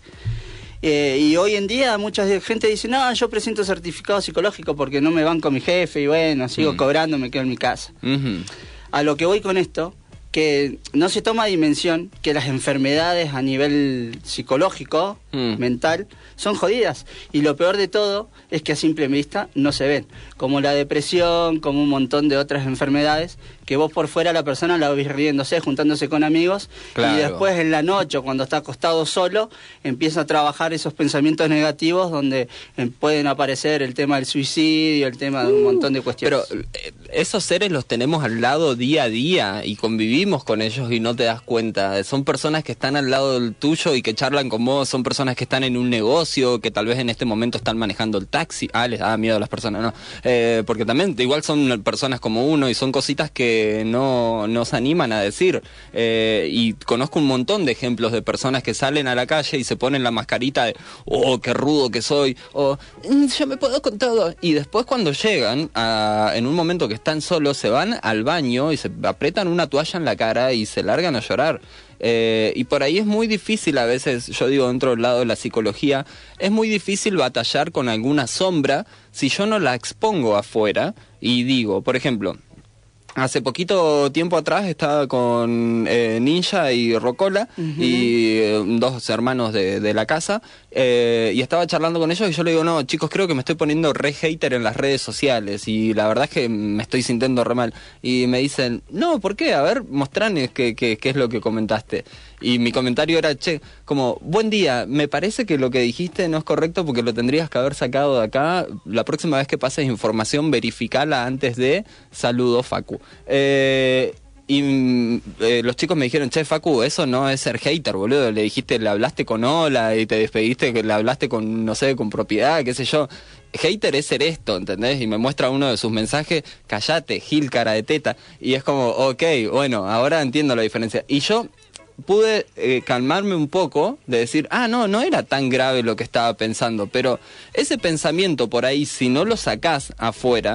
Eh, y hoy en día mucha gente dice, no, yo presento certificado psicológico porque no me banco mi jefe y bueno, sigo uh-huh. cobrando, me quedo en mi casa. Uh-huh. A lo que voy con esto, que no se toma dimensión que las enfermedades a nivel psicológico, mm. mental, son jodidas. Y lo peor de todo es que a simple vista no se ven. Como la depresión, como un montón de otras enfermedades, que vos por fuera la persona la ves riéndose, juntándose con amigos, claro. Y después en la noche, cuando está acostado solo, empieza a trabajar esos pensamientos negativos donde eh, pueden aparecer el tema del suicidio, el tema de un montón de cuestiones. Pero eh, esos seres los tenemos al lado día a día y convivimos con ellos y no te das cuenta. Son personas que están al lado del tuyo y que charlan con vos, son personas que están en un negocio, que tal vez en este momento están manejando el taxi. Ah, les da miedo a las personas, no. Eh, porque también igual son personas como uno y son cositas que no nos animan a decir. Eh, y conozco un montón de ejemplos de personas que salen a la calle y se ponen la mascarita de, oh, qué rudo que soy, o yo me puedo con todo. Y después cuando llegan, a, en un momento que están solos, se van al baño y se apretan una toalla en la cara y se largan a llorar. Eh, y por ahí es muy difícil a veces, yo digo dentro del lado de la psicología, es muy difícil batallar con alguna sombra si yo no la expongo afuera y digo, por ejemplo, hace poquito tiempo atrás estaba con eh, Ninja y Rocola, uh-huh. y eh, dos hermanos de, de la casa, eh, y estaba charlando con ellos y yo le digo, no, chicos, creo que me estoy poniendo re hater en las redes sociales y la verdad es que me estoy sintiendo re mal. Y me dicen, no, ¿por qué? A ver, mostranos qué, qué, qué es lo que comentaste. Y mi comentario era, che, como, buen día, me parece que lo que dijiste no es correcto porque lo tendrías que haber sacado de acá. La próxima vez que pases información, verificala antes de, saludo, Facu. Eh... Y eh, los chicos me dijeron, che, Facu, eso no es ser hater, boludo. Le dijiste, le hablaste con hola y te despediste, que le hablaste con, no sé, con propiedad, qué sé yo. Hater es ser esto, ¿entendés? Y me muestra uno de sus mensajes, callate, Gil, cara de teta. Y es como, ok, bueno, ahora entiendo la diferencia. Y yo pude eh, calmarme un poco de decir, ah, no, no era tan grave lo que estaba pensando. Pero ese pensamiento por ahí, si no lo sacás afuera,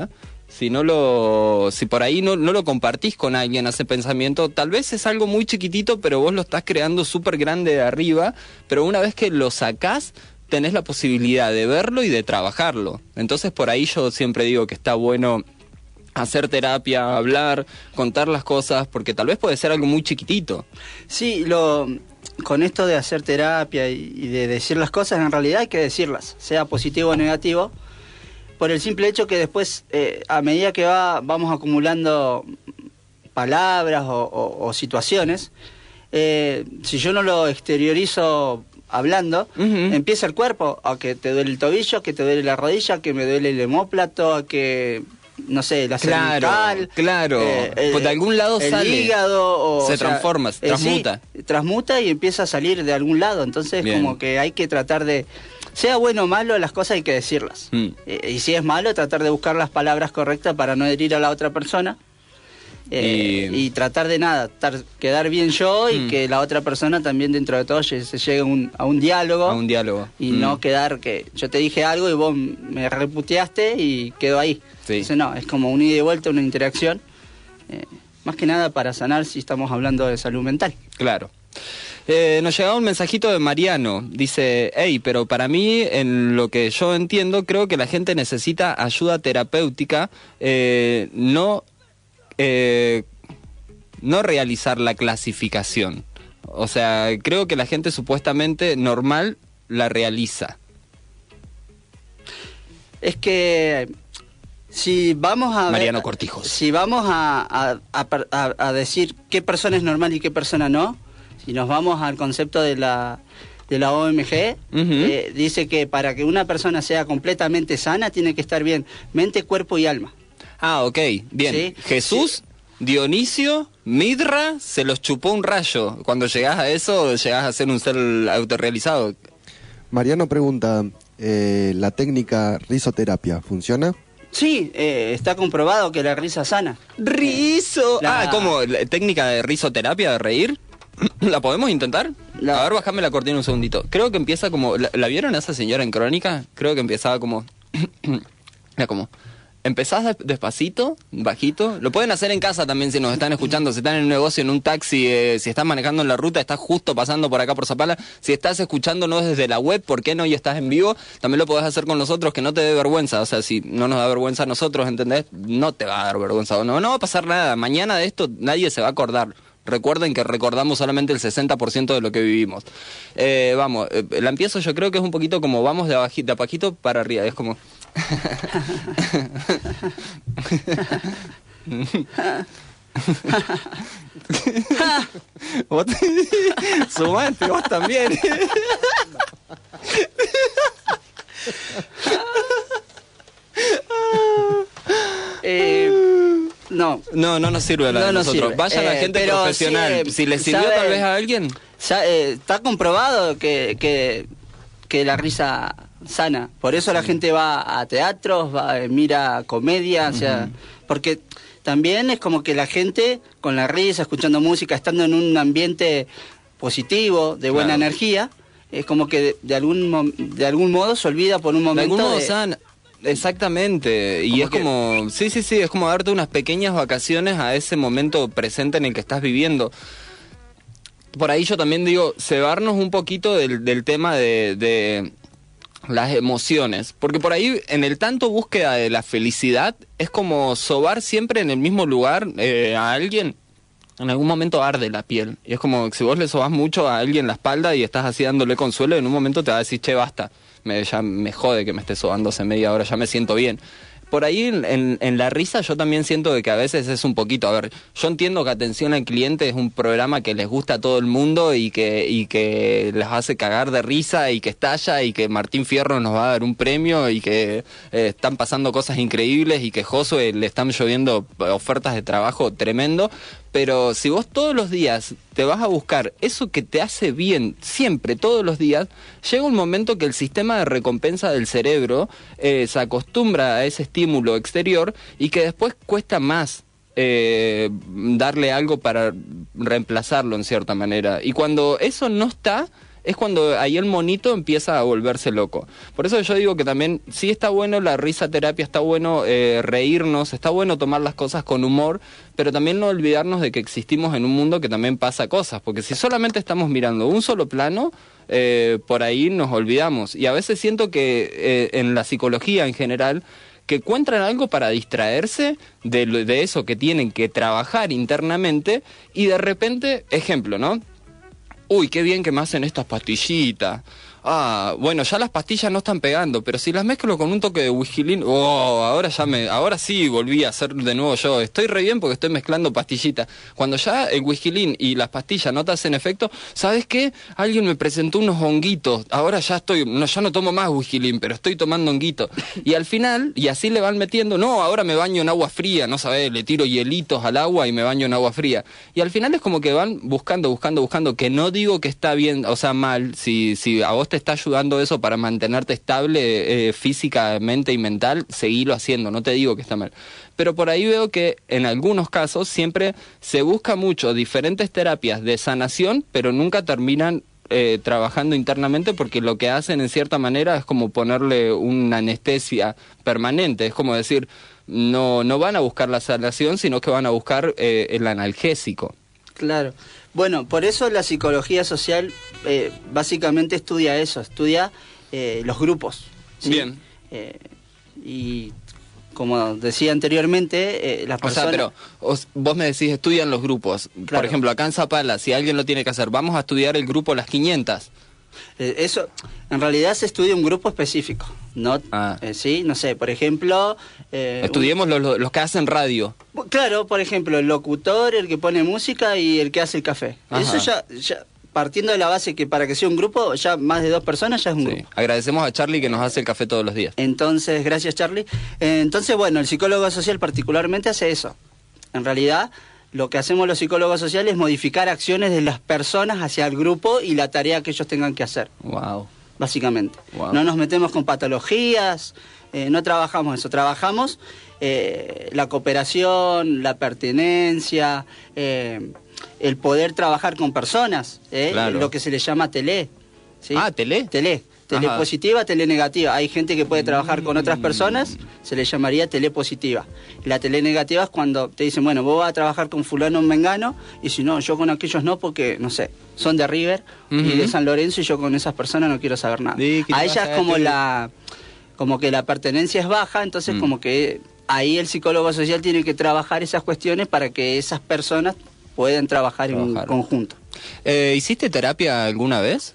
si no lo, si por ahí no, no lo compartís con alguien ese pensamiento, tal vez es algo muy chiquitito, pero vos lo estás creando súper grande de arriba, pero una vez que lo sacás, tenés la posibilidad de verlo y de trabajarlo. Entonces por ahí yo siempre digo que está bueno hacer terapia, hablar, contar las cosas, porque tal vez puede ser algo muy chiquitito. Sí, lo, con esto de hacer terapia y, y de decir las cosas, en realidad hay que decirlas, sea positivo o negativo, por el simple hecho que después, eh, a medida que va, vamos acumulando palabras o, o, o situaciones, eh, si yo no lo exteriorizo hablando, uh-huh. empieza el cuerpo, a que te duele el tobillo, a que te duele la rodilla, a que me duele el hemóplato, a que, no sé, la claro, cervical. Claro, eh, eh, pues de algún lado el sale. hígado, o, se o sea, transforma, se transmuta. Eh, sí, transmuta y empieza a salir de algún lado. Entonces, Bien. como que hay que tratar de, sea bueno o malo, las cosas hay que decirlas. Mm. Eh, y si es malo, tratar de buscar las palabras correctas para no herir a la otra persona. Eh, y... y tratar de nada, tar, quedar bien yo y mm. que la otra persona también dentro de todo se, se llegue un, a un diálogo. A un diálogo. Y mm. no quedar que yo te dije algo y vos me reputeaste y quedó ahí. Sí. Entonces no, es como un ida y vuelta, una interacción. Eh, más que nada para sanar si estamos hablando de salud mental. Claro. Eh, nos llegaba un mensajito de Mariano, dice, hey, pero para mí, en lo que yo entiendo, creo que la gente necesita ayuda terapéutica, eh, no, eh, no realizar la clasificación. O sea, creo que la gente supuestamente normal la realiza. Es que si vamos a Mariano ver, Cortijos. Si vamos a, a, a, a decir qué persona es normal y qué persona no, si nos vamos al concepto de la de la O M G, uh-huh. eh, dice que para que una persona sea completamente sana tiene que estar bien mente, cuerpo y alma. Ah, ok, bien. ¿Sí? Jesús, sí. Dionisio, Midra, se los chupó un rayo. Cuando llegás a eso, llegás a ser un ser autorrealizado. Mariano pregunta, eh, ¿la técnica risoterapia funciona? Sí, eh, está comprobado que la risa sana. ¡Riso! La... Ah, ¿cómo? ¿La técnica de risoterapia, de reír? ¿La podemos intentar? La... A ver, bajame la cortina un segundito. Creo que empieza como... ¿La, ¿la vieron a esa señora en Crónica? Creo que empezaba como... Era como... Empezás despacito, bajito. Lo pueden hacer en casa también si nos están escuchando. Si están en un negocio, en un taxi, eh, si estás manejando en la ruta, estás justo pasando por acá por Zapala. Si estás escuchándonos desde la web, ¿por qué no? Y estás en vivo, también lo podés hacer con nosotros, que no te dé vergüenza. O sea, si no nos da vergüenza a nosotros, ¿entendés? No te va a dar vergüenza. No, no va a pasar nada. Mañana de esto nadie se va a acordar. Recuerden que recordamos solamente el sesenta por ciento de lo que vivimos. Eh, vamos, eh, la empiezo, yo creo que es un poquito como vamos de abajito, de abajito para arriba. Es como... vos te... Sumate, vos también. eh... No. No, no nos sirve la no de nos nosotros. Sirve. Vayan a eh, gente profesional. Sí, si les sirvió sabe, tal vez a alguien. Ya, eh, está comprobado que, que, que la risa sana. Por eso sí. La gente va a teatros, va, eh, mira comedia, uh-huh. O sea, porque también es como que la gente con la risa, escuchando música, estando en un ambiente positivo, de buena claro. energía, es como que de, de algún de algún modo se olvida por un momento. De algún modo de, sana. Exactamente, y es que... como, sí, sí, sí, es como darte unas pequeñas vacaciones a ese momento presente en el que estás viviendo. Por ahí yo también digo, cebarnos un poquito del, del tema de, de las emociones, porque por ahí en el tanto búsqueda de la felicidad es como sobar siempre en el mismo lugar eh, a alguien. En algún momento arde la piel, y es como si vos le sobás mucho a alguien la espalda y estás así dándole consuelo, en un momento te va a decir, che, basta. Me, ya me jode que me esté sobando hace media hora, ya me siento bien. Por ahí en, en, en la risa yo también siento de que a veces es un poquito, a ver, yo entiendo que Atención al Cliente es un programa que les gusta a todo el mundo y que, y que les hace cagar de risa y que estalla y que Martín Fierro nos va a dar un premio y que eh, están pasando cosas increíbles y que Josué le están lloviendo ofertas de trabajo tremendo. Pero si vos todos los días te vas a buscar eso que te hace bien, siempre, todos los días, llega un momento que el sistema de recompensa del cerebro eh, se acostumbra a ese estímulo exterior y que después cuesta más eh, darle algo para reemplazarlo en cierta manera. Y cuando eso no está, es cuando ahí el monito empieza a volverse loco. Por eso yo digo que también, sí está bueno la risa terapia, está bueno eh, reírnos, está bueno tomar las cosas con humor, pero también no olvidarnos de que existimos en un mundo que también pasa cosas, porque si solamente estamos mirando un solo plano, eh, por ahí nos olvidamos. Y a veces siento que eh, en la psicología en general, que encuentran algo para distraerse de, de eso que tienen que trabajar internamente, y de repente, ejemplo, ¿no? Uy, qué bien que me hacen estas pastillitas. Ah, bueno, ya las pastillas no están pegando, pero si las mezclo con un toque de whisky, oh, ahora ya me, ahora sí volví a ser de nuevo yo. Estoy re bien porque estoy mezclando pastillitas. Cuando ya el whisky y las pastillas no te hacen efecto, ¿sabes qué? Alguien me presentó unos honguitos. Ahora ya estoy, no, ya no tomo más whisky, pero estoy tomando honguitos. Y al final, y así le van metiendo, no, ahora me baño en agua fría, no sabes, le tiro hielitos al agua y me baño en agua fría. Y al final es como que van buscando, buscando, buscando, que no digo que está bien, o sea, mal, si, si a vos te está ayudando eso para mantenerte estable eh, físicamente y mental, seguilo haciendo, no te digo que está mal. Pero por ahí veo que en algunos casos siempre se busca mucho diferentes terapias de sanación, pero nunca terminan eh, trabajando internamente, porque lo que hacen en cierta manera es como ponerle una anestesia permanente, es como decir, no, no van a buscar la sanación, sino que van a buscar eh, el analgésico. Claro. Bueno, por eso la psicología social eh, básicamente estudia eso, estudia eh, los grupos. ¿Sí? Bien. Eh, y como decía anteriormente, eh, las personas... O sea, pero os, vos me decís, estudian los grupos. Claro. Por ejemplo, acá en Zapala, si alguien lo tiene que hacer, vamos a estudiar el grupo Las quinientas. Eh, eso, en realidad se estudia un grupo específico, ¿no? Ah. Eh, sí, no sé, por ejemplo... Eh, Estudiemos un... los, los, los que hacen radio. Claro, por ejemplo, el locutor, el que pone música y el que hace el café. Ajá. Eso ya, ya, partiendo de la base que para que sea un grupo, ya más de dos personas ya es un Sí. grupo. Agradecemos a Charlie que nos hace el café todos los días. Entonces, gracias Charlie. Eh, entonces, bueno, el psicólogo social particularmente hace eso. En realidad, lo que hacemos los psicólogos sociales es modificar acciones de las personas hacia el grupo y la tarea que ellos tengan que hacer. Wow. Básicamente. Wow. No nos metemos con patologías, eh, no trabajamos eso, trabajamos eh, la cooperación, la pertenencia, eh, el poder trabajar con personas, eh, Claro. lo que se le llama tele. ¿sí? Ah, ¿tele? Tele. Tele Ajá. positiva, tele negativa. Hay gente que puede trabajar con otras personas, se le llamaría tele positiva. La tele negativa es cuando te dicen, bueno, vos vas a trabajar con fulano o mengano, y si no, yo con aquellos no, porque, no sé, son de River y Ujú. de San Lorenzo, y yo con esas personas no quiero saber nada. Sí, que A te ella vas es a como decir- la, como que la pertenencia es baja, entonces Mm. como que ahí el psicólogo social tiene que trabajar esas cuestiones para que esas personas puedan trabajar, Trabajar. en conjunto. Eh, ¿Hiciste terapia alguna vez?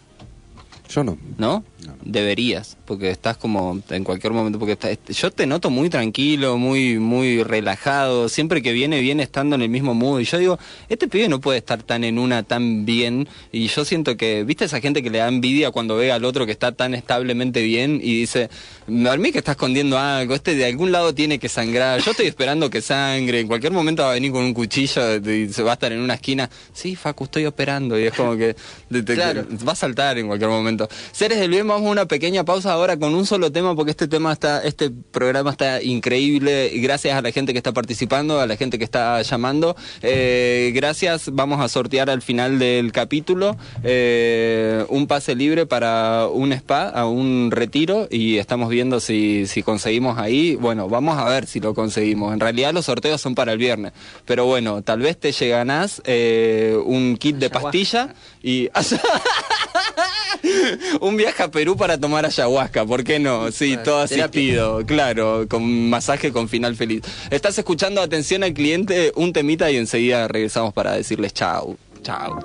Yo no. ¿No? Deberías, porque estás como en cualquier momento, porque está- yo te noto muy tranquilo, muy muy relajado, siempre que viene, viene estando en el mismo mood, y yo digo, este pibe no puede estar tan en una tan bien, y yo siento que, ¿viste esa gente que le da envidia cuando ve al otro que está tan establemente bien y dice, a mí que está escondiendo algo, este de algún lado tiene que sangrar, yo estoy esperando que sangre, en cualquier momento va a venir con un cuchillo y se va a estar en una esquina, sí, Facu, estoy operando, y es como que te- te- Claro. va a saltar en cualquier momento. Seres del bien, vamos a una pequeña pausa ahora con un solo tema, porque este tema está, este programa está increíble, y gracias a la gente que está participando, a la gente que está llamando, eh, gracias, vamos a sortear al final del capítulo eh, un pase libre para un spa, a un retiro, y estamos viendo si, si conseguimos ahí, bueno, vamos a ver si lo conseguimos, en realidad los sorteos son para el viernes, pero bueno, tal vez te lleganás eh, un kit de Ayahuasca. pastilla y... un viaje a Perú para tomar ayahuasca, ¿por qué no? Sí, Claro, todo terapia. asistido, claro, con masaje con final feliz. Estás escuchando Atención al Cliente, un temita, y enseguida regresamos para decirles chau, chau.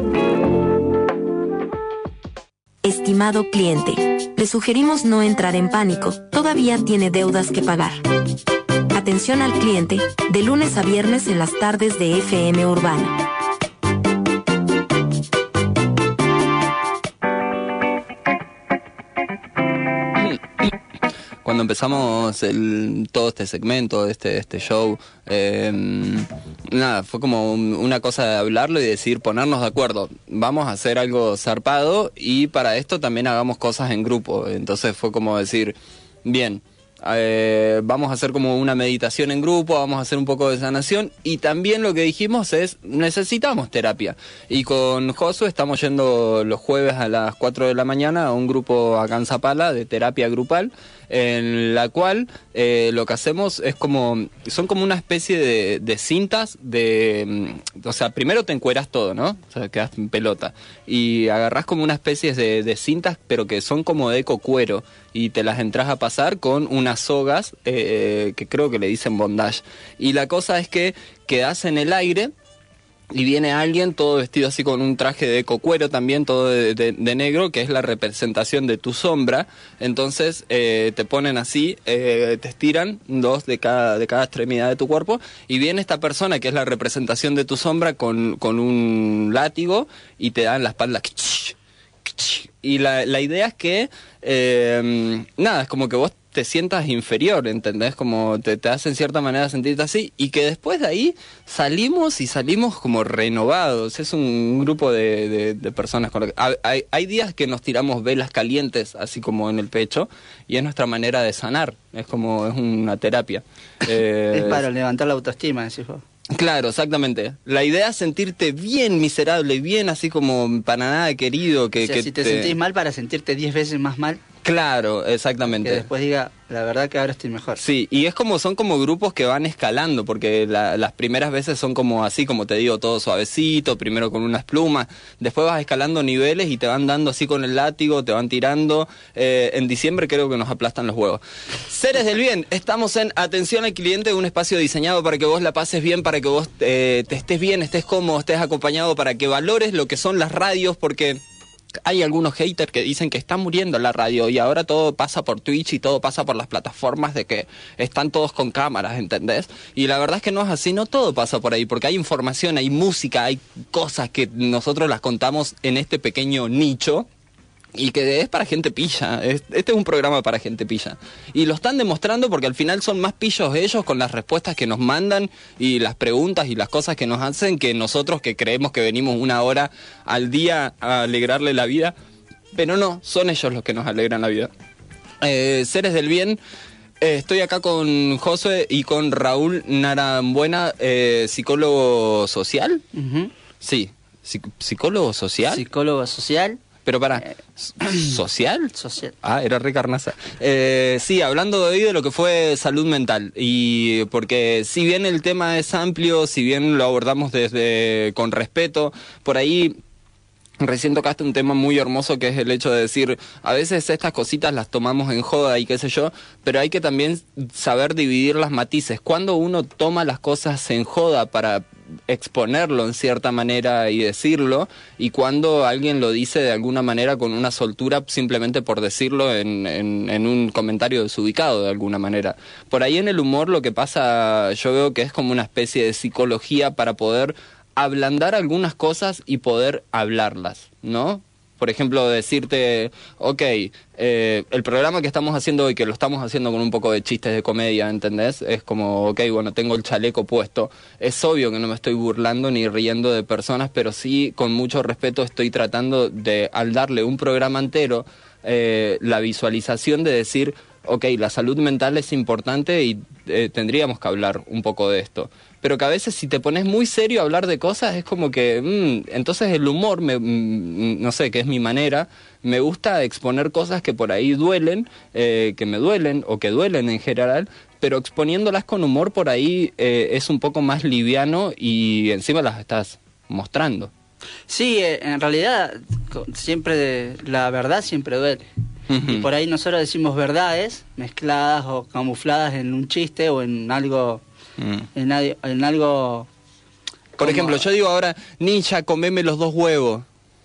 Estimado cliente, le sugerimos no entrar en pánico, todavía tiene deudas que pagar. Atención al cliente, de lunes a viernes en las tardes de F M Urbana. Cuando empezamos el, todo este segmento, este, este show, eh, nada, fue como un- una cosa de hablarlo y decir, ponernos de acuerdo, vamos a hacer algo zarpado, y para esto también hagamos cosas en grupo. Entonces fue como decir, bien, eh, vamos a hacer como una meditación en grupo, vamos a hacer un poco de sanación, y también lo que dijimos es, necesitamos terapia. Y con Josu estamos yendo los jueves a las cuatro de la mañana a un grupo acá en Zapala de terapia grupal, en la cual eh, lo que hacemos es como, son como una especie de, de cintas de, o sea, primero te encueras todo, ¿no? O sea, quedas en pelota, y agarrás como una especie de, de cintas, pero que son como de eco cuero, y te las entras a pasar con unas sogas, eh, que creo que le dicen bondage, y la cosa es que quedás en el aire, y viene alguien todo vestido así con un traje de eco cuero también, todo de, de, de negro, que es la representación de tu sombra. Entonces eh, te ponen así, eh, te estiran dos de cada, de cada extremidad de tu cuerpo, y viene esta persona que es la representación de tu sombra con, con un látigo, y te dan la espalda. Y la, la idea es que, eh, nada, es como que vos te sientas inferior, ¿entendés? Como te, te hace en cierta manera sentirte así, y que después de ahí salimos y salimos como renovados. Es un grupo de, de, de personas con lo que... Hay, hay días que nos tiramos velas calientes, así como en el pecho, y es nuestra manera de sanar. Es como, es una terapia. Eh, Es para levantar la autoestima, decís vos. Claro, exactamente. La idea es sentirte bien miserable, bien así como para nada querido. Que, O sea, que si te, te sentís mal, para sentirte diez veces más mal, Claro, exactamente. que después diga, la verdad que ahora estoy mejor. Sí, y es como, son como grupos que van escalando, porque la, las primeras veces son como así, como te digo, todo suavecito, primero con unas plumas, después vas escalando niveles y te van dando así con el látigo, te van tirando. Eh, en diciembre creo que nos aplastan los huevos. Seres del bien, estamos en Atención al Cliente, un espacio diseñado para que vos la pases bien, para que vos eh, te estés bien, estés cómodo, estés acompañado, para que valores lo que son las radios, porque... hay algunos haters que dicen que está muriendo la radio y ahora todo pasa por Twitch y todo pasa por las plataformas de que están todos con cámaras, ¿entendés? Y la verdad es que no es así, no todo pasa por ahí, porque hay información, hay música, hay cosas que nosotros las contamos en este pequeño nicho y que es para gente pilla. Este es un programa para gente pilla. Y lo están demostrando porque al final son más pillos ellos con las respuestas que nos mandan y las preguntas y las cosas que nos hacen que nosotros que creemos que venimos una hora al día a alegrarle la vida. Pero no, son ellos los que nos alegran la vida. Eh, seres del bien, eh, estoy acá con Josué y con Raúl Narambuena, eh, psicólogo social. Uh-huh. Sí, Psic- psicólogo social. Psicólogo social. Pero para, ¿social? Social. Ah, era re carnaza. Eh, sí, hablando de hoy de lo que fue salud mental, y porque si bien el tema es amplio, si bien lo abordamos desde con respeto, por ahí recién tocaste un tema muy hermoso que es el hecho de decir, a veces estas cositas las tomamos en joda y qué sé yo, pero hay que también saber dividir las matices. Cuando uno toma las cosas en joda para exponerlo en cierta manera y decirlo, y cuando alguien lo dice de alguna manera con una soltura simplemente por decirlo en, en, en un comentario desubicado de alguna manera. Por ahí en el humor lo que pasa, yo veo que es como una especie de psicología para poder ablandar algunas cosas y poder hablarlas, ¿no? Por ejemplo, decirte, ok, eh, el programa que estamos haciendo hoy, que lo estamos haciendo con un poco de chistes de comedia, ¿entendés? Es como, ok, bueno, tengo el chaleco puesto. Es obvio que no me estoy burlando ni riendo de personas, pero sí, con mucho respeto, estoy tratando de, al darle un programa entero, eh, la visualización de decir, ok, la salud mental es importante y eh, tendríamos que hablar un poco de esto. Pero que a veces si te pones muy serio a hablar de cosas es como que, mmm, entonces el humor, me, mmm, no sé, que es mi manera, me gusta exponer cosas que por ahí duelen, eh, que me duelen o que duelen en general, pero exponiéndolas con humor por ahí eh, es un poco más liviano y encima las estás mostrando. Sí, eh, en realidad co- siempre la verdad siempre duele. Uh-huh. Y por ahí nosotros decimos verdades mezcladas o camufladas en un chiste o en algo... Mm. En, al- en algo... Por como- ejemplo, yo digo ahora, ninja, comeme los dos huevos.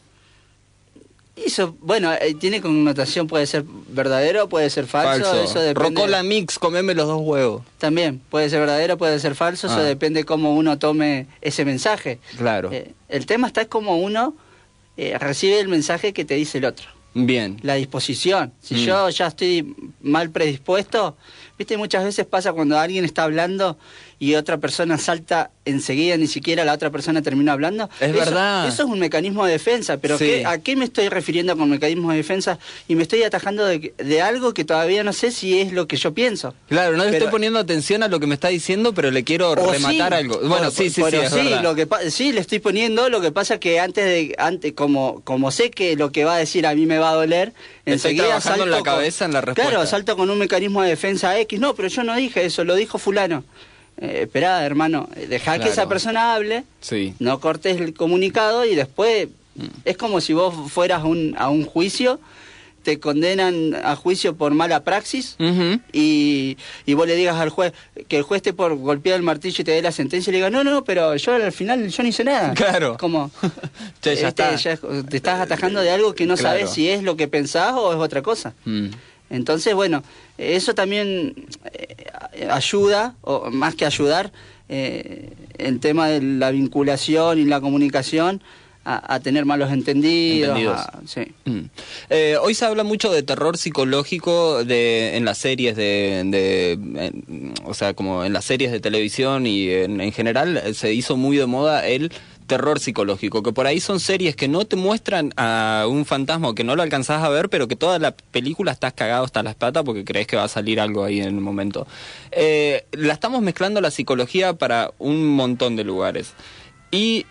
Eso, bueno, eh, tiene connotación, puede ser verdadero, puede ser falso, Falso. eso depende. Rocola mix, comeme los dos huevos. También, puede ser verdadero, puede ser falso, Ah. eso depende cómo uno tome ese mensaje. Claro. Eh, el tema está es cómo uno eh, recibe el mensaje que te dice el otro. Bien. La disposición. Si Mm. yo ya estoy mal predispuesto, Viste, muchas veces pasa cuando alguien está hablando y otra persona salta enseguida, ni siquiera la otra persona termina hablando. Es eso, verdad. Eso es un mecanismo de defensa, pero Sí. ¿qué, ¿a qué me estoy refiriendo con mecanismo de defensa? Y me estoy atajando de, de algo que todavía no sé si es lo que yo pienso. Claro, no le Pero- estoy poniendo atención a lo que me está diciendo, pero le quiero O rematar sí, algo. Bueno, o- sí, sí, sí, pero es sí, verdad. lo que pa- sí, le estoy poniendo, lo que pasa que antes de, antes, como, como sé que lo que va a decir a mí me va a doler, Estoy enseguida trabajando salto en la con- cabeza en la respuesta. Claro, salto con un mecanismo de defensa X, no, pero yo no dije eso, lo dijo fulano. Eh, esperá, hermano, eh, dejá Claro. que esa persona hable, Sí. no cortes el comunicado y después Mm. es como si vos fueras a un, a un juicio, te condenan a juicio por mala praxis. Ujú. Y, y vos le digas al juez que el juez te por golpear el martillo y te dé la sentencia y le digas, no, no, pero yo al final yo no hice nada. Claro. Como, Che, ya este, está. ya es- te estás atajando de algo que no Claro. sabes si es lo que pensás o es otra cosa. Mm. Entonces, bueno, eso también eh, ayuda, o más que ayudar, eh, el tema de la vinculación y la comunicación a, a tener malos entendidos. Entendidos. a- sí. Mm. Eh, hoy se habla mucho de terror psicológico de, en las series de, de en- o sea, como en las series de televisión y en, en general eh, se hizo muy de moda el terror psicológico, que por ahí son series que no te muestran a un fantasma o que no lo alcanzás a ver, pero que toda la película estás cagado hasta las patas porque crees que va a salir algo ahí en el momento. Eh, la estamos mezclando la psicología para un montón de lugares. Y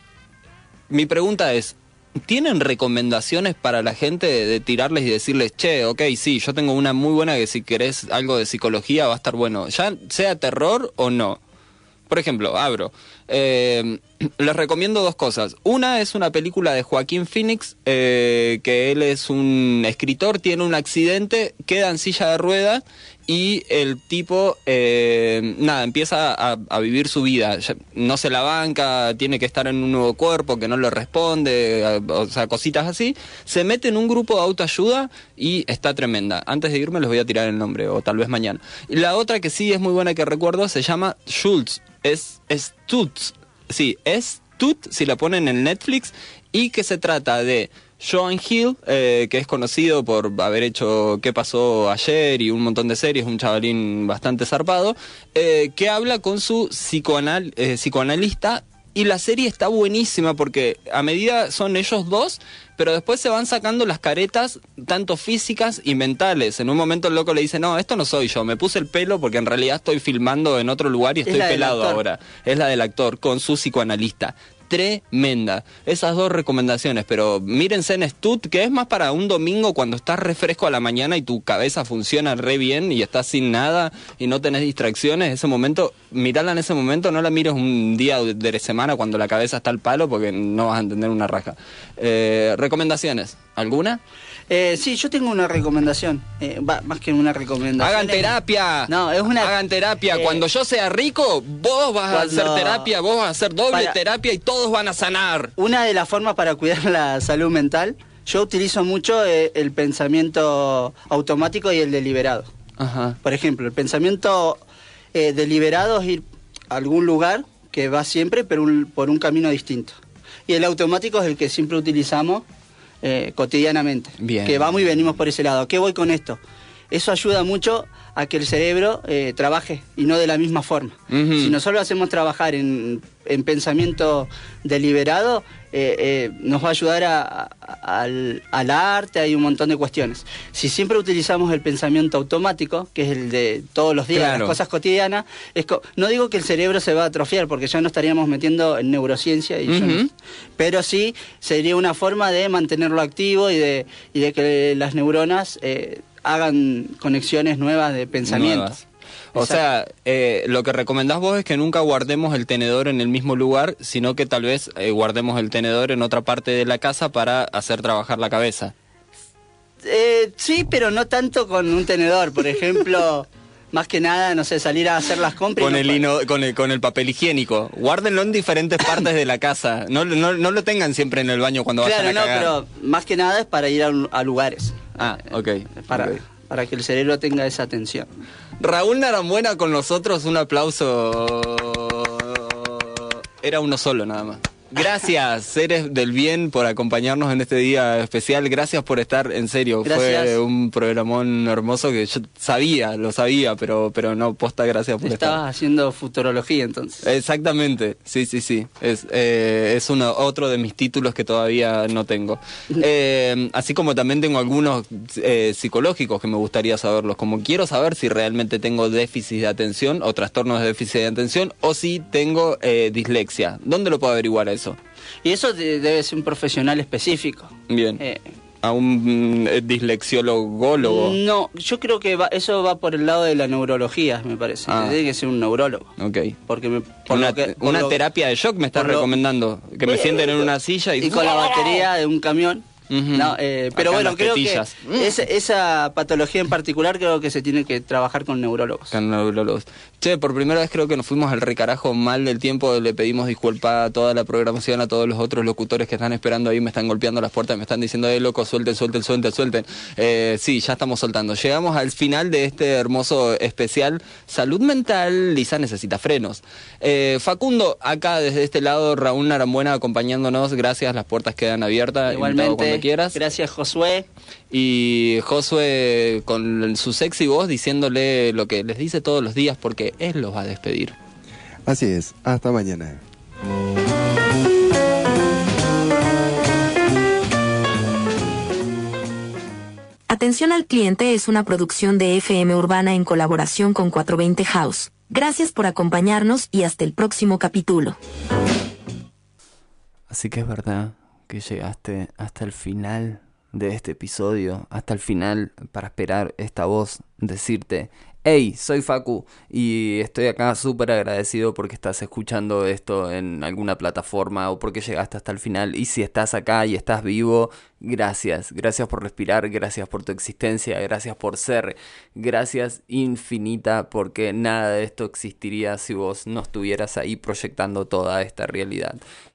mi pregunta es, ¿tienen recomendaciones para la gente de, de tirarles y decirles, che, ok, sí, yo tengo una muy buena que si querés algo de psicología va a estar bueno, ya sea terror o no? Por ejemplo, abro. Eh, les recomiendo dos cosas. Una es una película de Joaquín Phoenix, eh, que él es un escritor, tiene un accidente, queda en silla de ruedas y el tipo, eh, nada, empieza a, a vivir su vida. Ya no se la banca, tiene que estar en un nuevo cuerpo que no le responde, a- o sea, cositas así. Se mete en un grupo de autoayuda y está tremenda. Antes de irme les voy a tirar el nombre, o tal vez mañana. Y la otra que sí es muy buena que recuerdo se llama Schultz. Es, es Tuts. Sí, es Tut, si la ponen en Netflix, y que se trata de Joan Hill, eh, que es conocido por haber hecho ¿Qué pasó ayer? Y un montón de series, un chavalín bastante zarpado, eh, que habla con su psicoanal, eh, psicoanalista, y la serie está buenísima porque a medida son ellos dos, pero después se van sacando las caretas, tanto físicas y mentales. En un momento el loco le dice, no, esto no soy yo, me puse el pelo porque en realidad estoy filmando en otro lugar y Es estoy la del pelado actor. ahora. Es la del actor con su psicoanalista. Tremenda. Esas dos recomendaciones, pero mírense en Stut, que es más para un domingo cuando estás refresco a la mañana y tu cabeza funciona re bien y estás sin nada y no tenés distracciones. Ese momento, mirala en ese momento, no la mires un día de de semana cuando la cabeza está al palo porque no vas a entender una raja. Eh, ¿Recomendaciones? ¿Alguna? Eh, sí, yo tengo una recomendación, eh, va, más que una recomendación. Hagan es- terapia. No, es una... Hagan terapia. eh, Cuando yo sea rico, vos vas a cuando- hacer terapia, vos vas a hacer doble Para- terapia y todos van a sanar. Una de las formas para cuidar la salud mental, yo utilizo mucho eh, el pensamiento automático y el deliberado. Ajá. Por ejemplo, el pensamiento eh, deliberado es ir a algún lugar que va siempre, pero un- por un camino distinto. Y el automático es el que siempre utilizamos eh, cotidianamente. Bien. Que vamos y venimos por ese lado. ¿A qué voy con esto? Eso ayuda mucho a que el cerebro eh, trabaje y no de la misma forma. Ujú. Si nosotros hacemos trabajar en, en pensamiento deliberado, eh, eh, nos va a ayudar a- a- al, al arte, hay un montón de cuestiones. Si siempre utilizamos el pensamiento automático, que es el de todos los días, Claro. las cosas cotidianas, es co- no digo que el cerebro se va a atrofiar, porque ya no estaríamos metiendo en neurociencia, y yo no- Ujú. pero sí sería una forma de mantenerlo activo y de, y de que las neuronas eh, hagan conexiones nuevas de pensamiento. Nuevas. O sea, eh, lo que recomendás vos es que nunca guardemos el tenedor en el mismo lugar, sino que tal vez eh, guardemos el tenedor en otra parte de la casa para hacer trabajar la cabeza. Eh, sí, pero no tanto con un tenedor, por ejemplo, más que nada, no sé, salir a hacer las compras. y Con no el, pa- hino- con, el, con el papel higiénico. Guárdenlo en diferentes partes de la casa. No, no, no lo tengan siempre en el baño cuando Claro, vayan a no, cagar. pero más que nada es para ir a, a lugares. Ah, ok. Eh, Para, ok. para que el cerebro tenga esa atención. Raúl Narambuena con nosotros, un aplauso. Era uno solo nada más. Gracias, seres del bien, por acompañarnos en este día especial. Gracias por estar, en serio. Gracias. Fue un programón hermoso que yo sabía, lo sabía, pero, pero no, posta, gracias por Estabas estar. haciendo futurología entonces. Exactamente, sí, sí, sí. Es, eh, es uno, otro de mis títulos que todavía no tengo. Eh, así como también tengo algunos eh, psicológicos que me gustaría saberlos. Como quiero saber si realmente tengo déficit de atención o trastornos de déficit de atención o si tengo eh, dislexia. ¿Dónde lo puedo averiguar eso? Y eso de- debe ser un profesional específico. Bien. Eh, A un mm, dislexiólogo. no, yo creo que va, eso va por el lado de la neurología, me parece. Ah. Tiene que ser un neurólogo. Ok. Porque me, por Una, lo que- por una lo- terapia de shock me estás por lo- recomendando. Que me sienten en una silla y... y con la batería de un camión. Ujú. No, eh, pero Acá en bueno, las creo tetillas. que esa, esa patología en particular creo que se tiene que trabajar con neurólogos. Con neurólogos. Che, por primera vez creo que nos fuimos al recarajo mal del tiempo. Le pedimos disculpas a toda la programación, a todos los otros locutores que están esperando ahí. Me están golpeando las puertas, me están diciendo, eh, loco, suelten, suelten, suelten, suelten. Eh, sí, ya estamos soltando. Llegamos al final de este hermoso especial. Salud mental, Lisa necesita frenos. Eh, Facundo, acá desde este lado, Raúl Narambuena acompañándonos. Gracias, las puertas quedan abiertas. Invitado Igualmente, cuando quieras. gracias Josué. Y Josué con su sexy voz diciéndole lo que les dice todos los días porque él los va a despedir. Así es, hasta mañana. Atención al cliente es una producción de F M Urbana en colaboración con cuatrocientos veinte House. Gracias por acompañarnos y hasta el próximo capítulo. Así que es verdad que llegaste hasta el final de este episodio, hasta el final para esperar esta voz decirte: hey, soy Facu y estoy acá súper agradecido porque estás escuchando esto en alguna plataforma o porque llegaste hasta el final. Y si estás acá y estás vivo, gracias. Gracias por respirar, gracias por tu existencia, gracias por ser. Gracias infinita porque nada de esto existiría si vos no estuvieras ahí proyectando toda esta realidad.